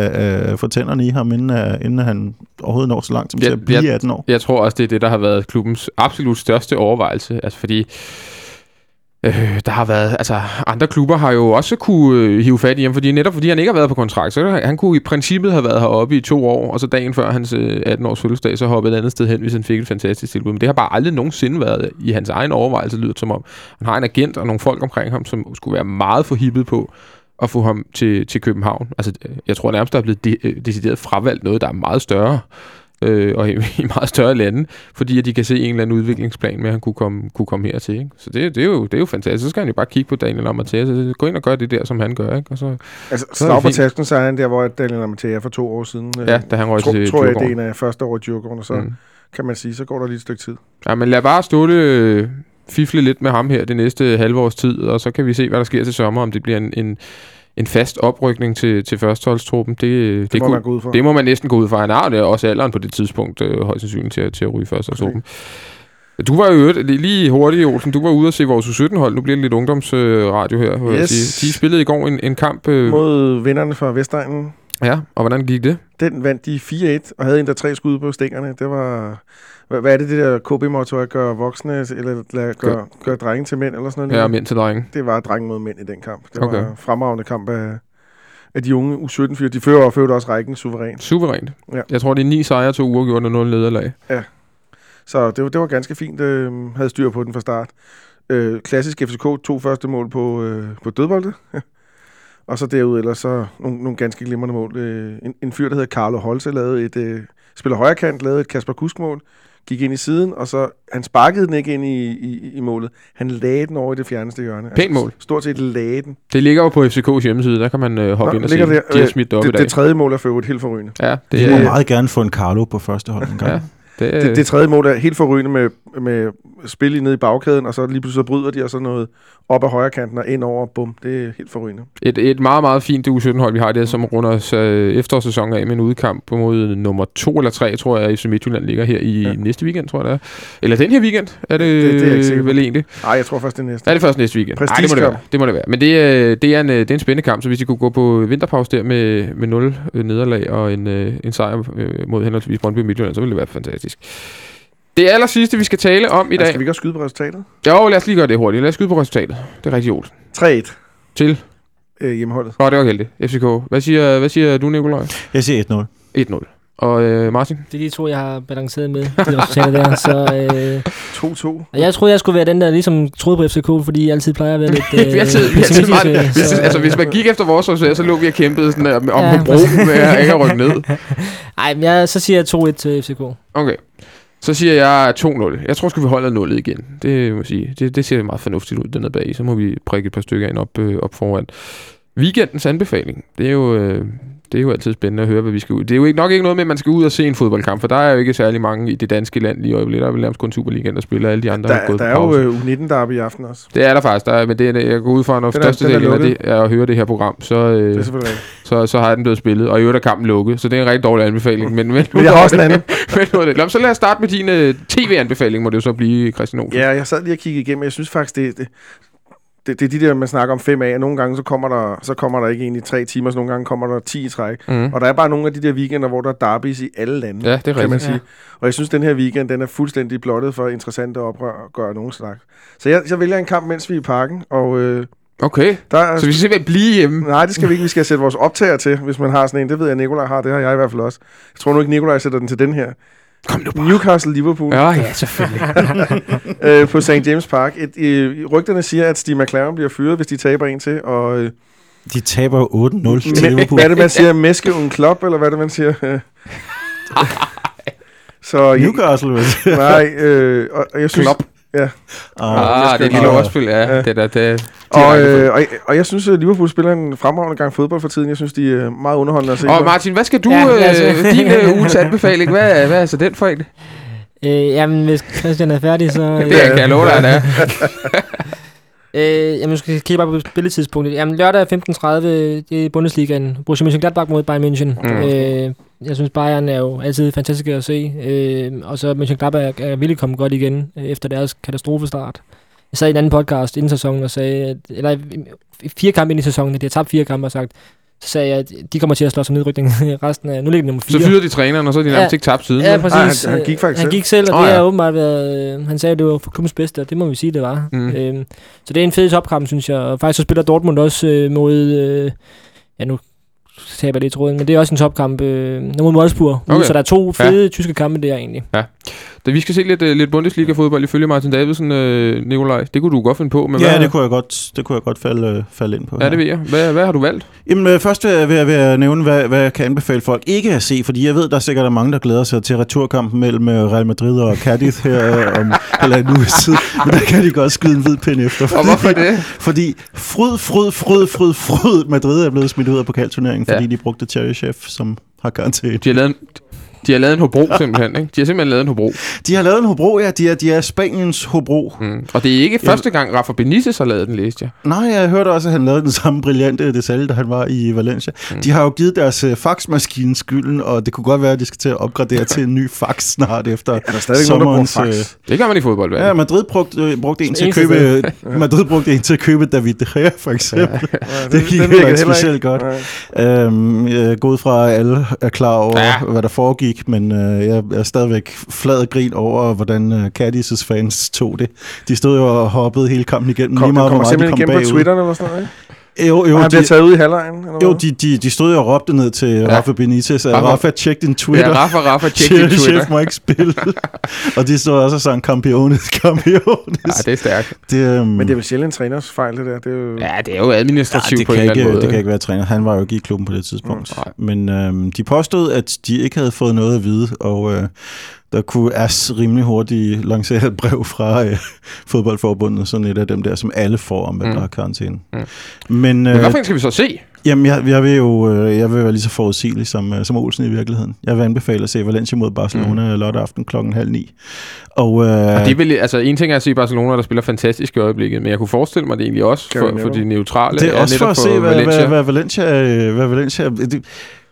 af uh, for tænderne i ham, inden, uh, inden han overhovedet når så langt som til at blive atten år. Jeg tror også, det er det, der har været klubbens absolut største overvejelse. Altså fordi øh, der har været, altså andre klubber har jo også kunne øh, hive fat i ham, fordi netop fordi han ikke har været på kontrakt, så han kunne i princippet have været heroppe i to år, og så dagen før hans øh, atten-års fødselsdag, så hoppede et andet sted hen, hvis han fik et fantastisk tilbud. Men det har bare aldrig nogensinde været i hans egen overvejelse, lyder som om. Han har en agent og nogle folk omkring ham, som skulle være meget forhippet på at få ham til, til København. Altså, jeg tror nærmest, der er blevet de, decideret fravalgt noget, der er meget større øh, og i, i meget større lande, fordi at de kan se en eller anden udviklingsplan med, at han kunne komme, kunne komme hertil. Ikke? Så det, det, er jo, det er jo fantastisk. Så skal han jo bare kigge på Daniel Amartey, så gå ind og gøre det der, som han gør. Ikke? Og så, altså, slag på tasken, så er han der, hvor Daniel Amartey er for to år siden. Ja, da han røg tro, til tror jeg, Djurgården. det er en af første år i Djurgården, og så mm. kan man sige, så går der lige et stykke tid. Ja, men lad bare Ståle fifle lidt med ham her det næste halve års tid, og så kan vi se, hvad der sker til sommer, om det bliver en, en, en fast oprykning til, til førsteholdstruppen. Det, det, det, må kunne, man gå ud for. Det må man næsten gå ud for. Han har det også alderen på det tidspunkt, øh, højst sandsynligt til, til at ryge førsteholdstruppen. Okay. Du var jo lige hurtigt, Olsen. Du var ude og se vores U sytten-hold. Nu bliver det lidt ungdomsradio her. Yes. Jeg sige. De spillede i går en, en kamp øh, mod vinderne fra Vestegnen. Ja, og hvordan gik det? Den vandt de fire et, og havde endda tre skud på stængerne. Det var... Hvad, hvad er det, det der K B-motto, at gøre voksne, eller lade, gøre, gøre drenge til mænd, eller sådan noget? Ja, mænd til drenge. Det var drenge mod mænd i den kamp. Det okay. var en fremragende kamp af, af de unge U sytten-fyre. De fører og fører også rækken suverænt. Suverænt? Ja. Jeg tror, det er ni sejre, to uafgjorte og nul nederlag. Ja. Så det var, det var ganske fint. Øh, havde styr på den fra start. Øh, klassisk F C K, to første mål på, øh, på dødbolde. Og så derude ellers så nogle, nogle ganske glimrende mål. Øh, en, en fyr, der hedder Carlo Holse, lavede et, øh, spiller højrekant, lavede et Kasper Kusk-mål, gik ind i siden, og så, han sparkede den ikke ind i, i, i målet. Han lagde den over i det fjerneste hjørne. Pænt mål. Altså, stort set lagde den. Det ligger jo på F C K's hjemmeside, der kan man øh, hoppe Nå, ind og se, der. De har smidt det op det, i dag. Det tredje mål er for øvrigt helt forrygende. Ja, det De må øh, meget gerne få en Carlo på første hold en gang. Ja. Det, det, det tredje mål er helt forrygende med, med spil ned i bagkæden, og så lige pludselig så bryder de og så noget op ad højre kanten og ind over, bum, det er helt forrygende. Et, et meget, meget fint U sytten-hold, vi har det, som runder øh, efterårssæsonen af med en udkamp mod nummer to eller tre, tror jeg, i F C Midtjylland ligger her i ja. næste weekend, tror jeg det er. Eller den her weekend, er det, det, det er vel egentlig? Nej, jeg tror først det er næste. Er det først næste weekend? Nej, det må det være. Det må det være. Men det, det, er en, det er en spændende kamp, så hvis I kunne gå på vinterpause der med, med nul nederlag og en, en sejr øh, mod henholdsvis Brøndby og Midtjylland, så ville det være fantastisk. Det aller sidste, vi skal tale om i dag... Skal vi ikke også skyde på resultatet? Jo, lad os lige gøre det hurtigt. Lad os skyde på resultatet. Det er rigtig Olsen. tre et. Til? Øh, hjemmeholdet. Åh, det var heldigt. F C K. Hvad siger, hvad siger du, Nikolaj? Jeg siger et nul. et nul. Og øh, Martin? Det er de to, jeg har balanceret med, de resultater der. Så, øh, to to. Jeg troede, jeg skulle være den der, ligesom troede på F C K, fordi jeg altid plejer at være lidt øh, vi altid, vi altid meget, hvis, så, altså, hvis man gik efter vores resultater, så lå vi og kæmpede sådan der, om ja, på bro med at ikke at rykke ned. Nej, men jeg, så siger jeg to et til F C K. Okay. Så siger jeg to nul. Jeg tror sgu, vi holder nullet igen. Det må jeg sige. Det, det ser meget fornuftigt ud dernede bag. Så må vi prikke et par stykker ind op, øh, op foran. Weekendens anbefaling. Det er jo... Øh, Det er jo altid spændende at høre, hvad vi skal ud. Det er jo ikke, nok ikke noget med, at man skal ud og se en fodboldkamp, for der er jo ikke særlig mange i det danske land lige i øjeblikket. Der er vel nærmest kun Superligaen, der spiller, alle de andre der, har gået der på pause. Der er jo uh, U nitten derby i aften også. Det er der faktisk, der er, men det er, jeg går ud fra, når største del af det er at høre det her program, så, øh, det er så, så har den blevet spillet, og i øvrigt er kampen lukket, så det er en rigtig dårlig anbefaling. Men, men, men jeg har også en anden. men, så lad os starte med din uh, tv-anbefaling, må det jo så blive, Christian Olsen. Ja, jeg sad lige og kiggede igennem, jeg synes faktisk, det... det Det, det er de der, man snakker om fem af. Nogle gange så kommer der, så kommer der ikke egentlig tre timer, så nogle gange kommer der ti i træk. Mm. Og der er bare nogle af de der weekender, hvor der er derbys i alle lande, ja, det er kan man sige. Ja. Og jeg synes, den her weekend, den er fuldstændig blottet for interessante oprør nogen slags. Så jeg, jeg vælger en kamp, mens vi er i parken, og... Øh, okay, der er, så vi skal simpelthen blive hjemme? Nej, det skal vi ikke. Vi skal sætte vores optager til, hvis man har sådan en. Det ved jeg, Nikolaj har. Det har jeg i hvert fald også. Jeg tror nu ikke, Nikolaj sætter den til den her. Kom nu bare. Newcastle Liverpool. Ja, ja, selvfølgelig. øh, på Saint James Park. Et, øh, rygterne siger, at Steve McLaren bliver fyret, hvis de taber en til. Og, øh, de taber otte nul til Liverpool. Hvad er det, man siger? Meske un klop, eller hvad er det, man siger? Så, Newcastle, hvad Nej, øh, og, og jeg synes... Klop. Ja. Ah, ah det er et lille ordspil, ja. ja. Det der, det, og, øh, og, og jeg synes, at Liverpool spiller en fremragende gang fodbold for tiden. Jeg synes, de er meget underholdende at se. Og Martin, hvad skal du, ja, øh, altså. din øh, ugens anbefaling, hvad, hvad er så den for en? Øh, jamen, hvis Christian er færdig, så... Øh, det kan jeg love dig, han er. øh, jamen, skal kigge bare på spilletidspunktet. Jamen, lørdag femten tredive, det er Bundesligaen. Borussia Mönchengladbach mod Bayern München. Mm. Øh, jeg synes, Bayern er jo altid fantastisk at se. Øh, og så Mönchengladbach er, er virkelig kommet godt igen øh, efter deres katastrofestart. Jeg sad i en anden podcast inden sæsonen og sagde, at, eller fire kampe ind i sæsonen, de har tabt fire kampe og sagt, så sagde jeg, at de kommer til at slå som nedrykning resten af... Nu ligger de nummer fire. Så fyrede de træneren, og så er de nærmest ja, ikke tabt siden. Ja, præcis. Ej, han, han gik faktisk Han selv. gik selv, og oh, det ja. har åbenbart været... Han sagde, at det var for klubbens bedste, og det må vi sige, det var. Mm. Øhm, så det er en fed topkamp, synes jeg. Og faktisk så spiller Dortmund også øh, mod... Øh, ja, nu taber jeg lidt i tråden, men det er også en topkamp øh, mod Wolfsburg. Okay. Så der er to fede ja. tyske kampe der egentlig. Ja. Da vi skal se lidt, uh, lidt Bundesliga-fodbold ifølge Martin Davidsen, uh, Nikolaj. Det kunne du godt finde på. Men ja, hvad, det kunne jeg godt, det kunne jeg godt falde, uh, falde ind på. Ja, det ved jeg. Hvad, hvad har du valgt? Jamen, uh, først vil jeg, vil, jeg, vil jeg nævne, hvad, hvad jeg kan anbefale folk ikke at se, fordi jeg ved, der er sikkert mange, der glæder sig til returkampen mellem Real Madrid og Cadiz her om eller en uge siden. Men der kan de godt skyde en hvid pind efter. Fordi, og hvorfor det? Fordi fryd, fryd, fryd, fryd, fryd, Madrid er blevet smidt ud af pokalturneringen, fordi ja. de brugte Thierry Chef, som har karantæne. De har lavet en, de har lavet en Hobro simpelthen, ikke? De har simpelthen lavet en Hobro. De har lavet en Hobro, ja. De er, de er Spaniens Hobro. Mm. Og det er ikke ja. første gang, Rafa Benitez har lavet den, læste jeg. Nej, jeg hørte også, at han lavede den samme brillante detalje, da han var i Valencia. Mm. De har jo givet deres uh, faxmaskine skylden, og det kunne godt være, at de skal til at opgradere til en ny fax snart efter er der stadig sommerens... Nogen, der fax? Det kan man i fodbold, hvad? Ja, Madrid brugte, øh, brugte en til at købe Madrid brugte en til at købe David De Gea, for eksempel. Ja. Ja, det, det gik heller ikke specielt godt. Øhm, jeg går ud fra, at alle er klar over, ja. hvad der foregik, men øh, jeg er stadigvæk flad grin over, hvordan uh, Cadiz's fans tog det. De stod jo og hoppede hele kampen igennem. Kom, lige meget, kommer simpelthen igennem på Twitter eller sådan noget, ikke? Jo, jo, og han bliver taget ud i halvlejen? Jo, de, de, de stod jo og råbte ned til ja. Rafa Benitez, at Rafa, Rafa tjek din Twitter. Ja, Rafa, Rafa, tjek din Twitter. Chef må ikke spille. Og de stod også og sang Campiones, Campiones. Ja, det er stærkt. Det, um... Men det er vel sjældent en træners fejl, det der? Det er jo... Ja, det er jo administrativt ja, på en eller anden måde. Det kan ikke være træner. Han var jo ikke i klubben på det tidspunkt. Mm. Men um, de påstod, at de ikke havde fået noget at vide, og... Uh, der kunne As rimelig hurtigt lancere et brev fra øh, fodboldforbundet, sådan et af dem der, som alle får om, at mm. der er karantæne. Mm. Men, øh, Men hvad skal vi så se? Jamen, jeg, jeg vil jo øh, jeg vil være lige så forudsigelig som, øh, som Olsen i virkeligheden. Jeg vil anbefale at se Valencia mod Barcelona mm. lørdag aften klokken halv ni. Og, øh, og det vil, altså, en ting er at se Barcelona, der spiller fantastisk i øjeblikket, men jeg kunne forestille mig det egentlig også for, for de neutrale. Det er også for at se, hvad Valencia... Hvad, hvad Valencia, hvad Valencia det,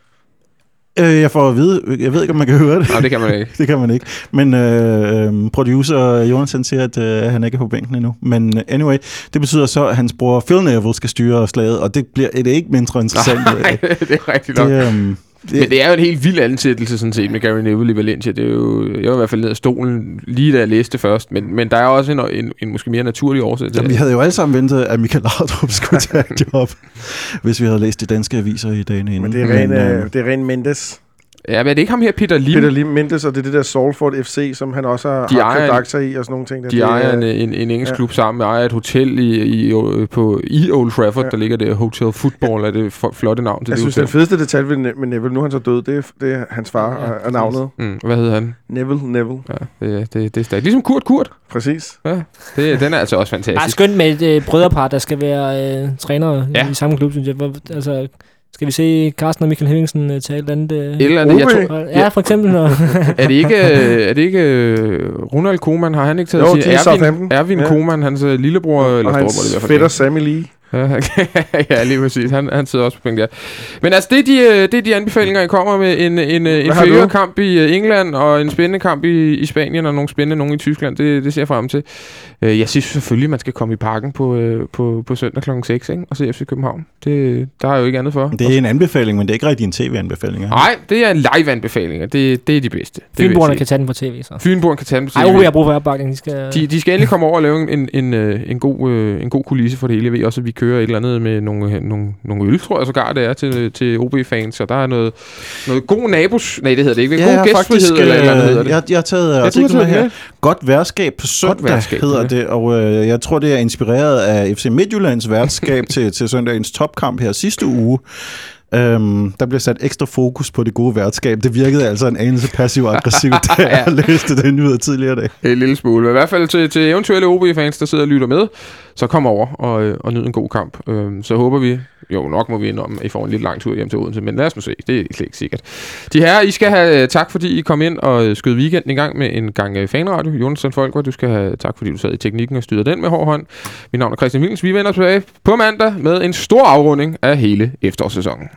jeg får at vide, jeg ved ikke, om man kan høre det. Nej, det kan man ikke. det kan man ikke. Men øh, producer Jonathan siger, at øh, han ikke er på bænken endnu. Men anyway, det betyder så, at hans bror Phil Neville skal styre slaget, og det bliver det er ikke mindre interessant. Nej, det er rigtigt nok. Det, øh, Det, Men det er jo en helt vild ansættelse, sådan set, med Gary Neville i Valencia. Det er jo, jeg var i hvert fald ned af stolen, lige da jeg læste først. Men, men der er også en, en, en måske mere naturlig årsag til. Vi havde jo alle sammen ventet, at Michael Laudrup skulle tage et job, hvis vi havde læst de danske aviser i dagene inden. Men det er ren, men, øh, det er ren Mendes. Ja, men er det ikke ham her, Peter Lim? Peter Lim Mendes, og det er det der Salford F C, som han også har, har købt aktier i, og sådan nogle ting. Der. De ejer en, en, en engelsk ja. klub sammen, ejer et hotel i, i, på, i Old Trafford, ja. der ligger der Hotel Football, er det flotte navn til jeg det synes, hotel. den fedeste detalje med Neville, nu er han så død, det er, det er hans far ja, og navnet. Mm, hvad hedder han? Neville Neville. Ja, det, det, det er stærkt. Ligesom Kurt Kurt. Præcis. Ja, det, den er altså også fantastisk. Det er skønt med et øh, brødrepar, der skal være øh, trænere ja. i samme klub, synes jeg. Altså... Skal vi se Carsten og Michael Hemmingsen uh, tage et eller andet? Uh, eller andet, jeg tror, ja, for eksempel. er det ikke, er det ikke uh, Ronald Koeman? Har han ikke taget jo, sin Erwin, Erwin ja. Koeman, hans uh, lillebror, og eller hans storbror, det fætter Sammy Lee. ja, lige præcis. Han, han sidder også på penge der. Men altså, det er de, det er de anbefalinger, jeg kommer med. En, en, en førerkamp i England, og en spændende kamp i, i Spanien, og nogle spændende nogen i Tyskland. Det, det ser jeg frem til. Jeg synes selvfølgelig, man skal komme i parken på, på, på søndag klokken seks, ikke? Og se F C København. Det, der er jo ikke andet for. Det er en anbefaling, men det er ikke rigtig en tv-anbefaling. Nej, det er en live-anbefaling. Det, det er de bedste. Fynboerne kan tage den på tv, så. Fynboerne kan tage den på tv. Ej, jeg har brug for opbakning. De skal... De, de skal endelig komme over og lave en, en, en, en, god, en god kulisse for det hele. Jeg ved også, at vi kører et eller andet med nogle, nogle, nogle øl, tror jeg sågar det er, til, til O B-fans, så der er noget, noget god nabos... Nej, det hedder det ikke. Ja, god gæstfrihed, eller, eller andet hedder det. Jeg, jeg har taget artiklen med her. Godt værtskab på søndag, værtskab, hedder ja. det, og øh, jeg tror, det er inspireret af F C Midtjyllands værtskab til, til søndagens topkamp her sidste uge. Um, der bliver sat ekstra fokus på det gode værtskab. Det virkede altså en anelse passiv-aggressivt, da jeg ja. læste den nyhed tidligere dag. En lille smule. Men i hvert fald til, til eventuelle O B-fans, der sidder og lytter med, så kom over og, og nyd en god kamp. Um, så håber vi, jo nok må vi indom, I får en lidt lang tur hjem til Odense, men lad os nu se. Det er slet ikke sikkert. De her, I skal have tak, fordi I kom ind og skød weekenden i gang med en gang fanradio. Jonathan Folker, du skal have tak, fordi du sad i teknikken og styrede den med hård hånd. Mit navn er Christian Wilens. Vi vender tilbage på mandag med en stor afrunding af hele efterårssæsonen.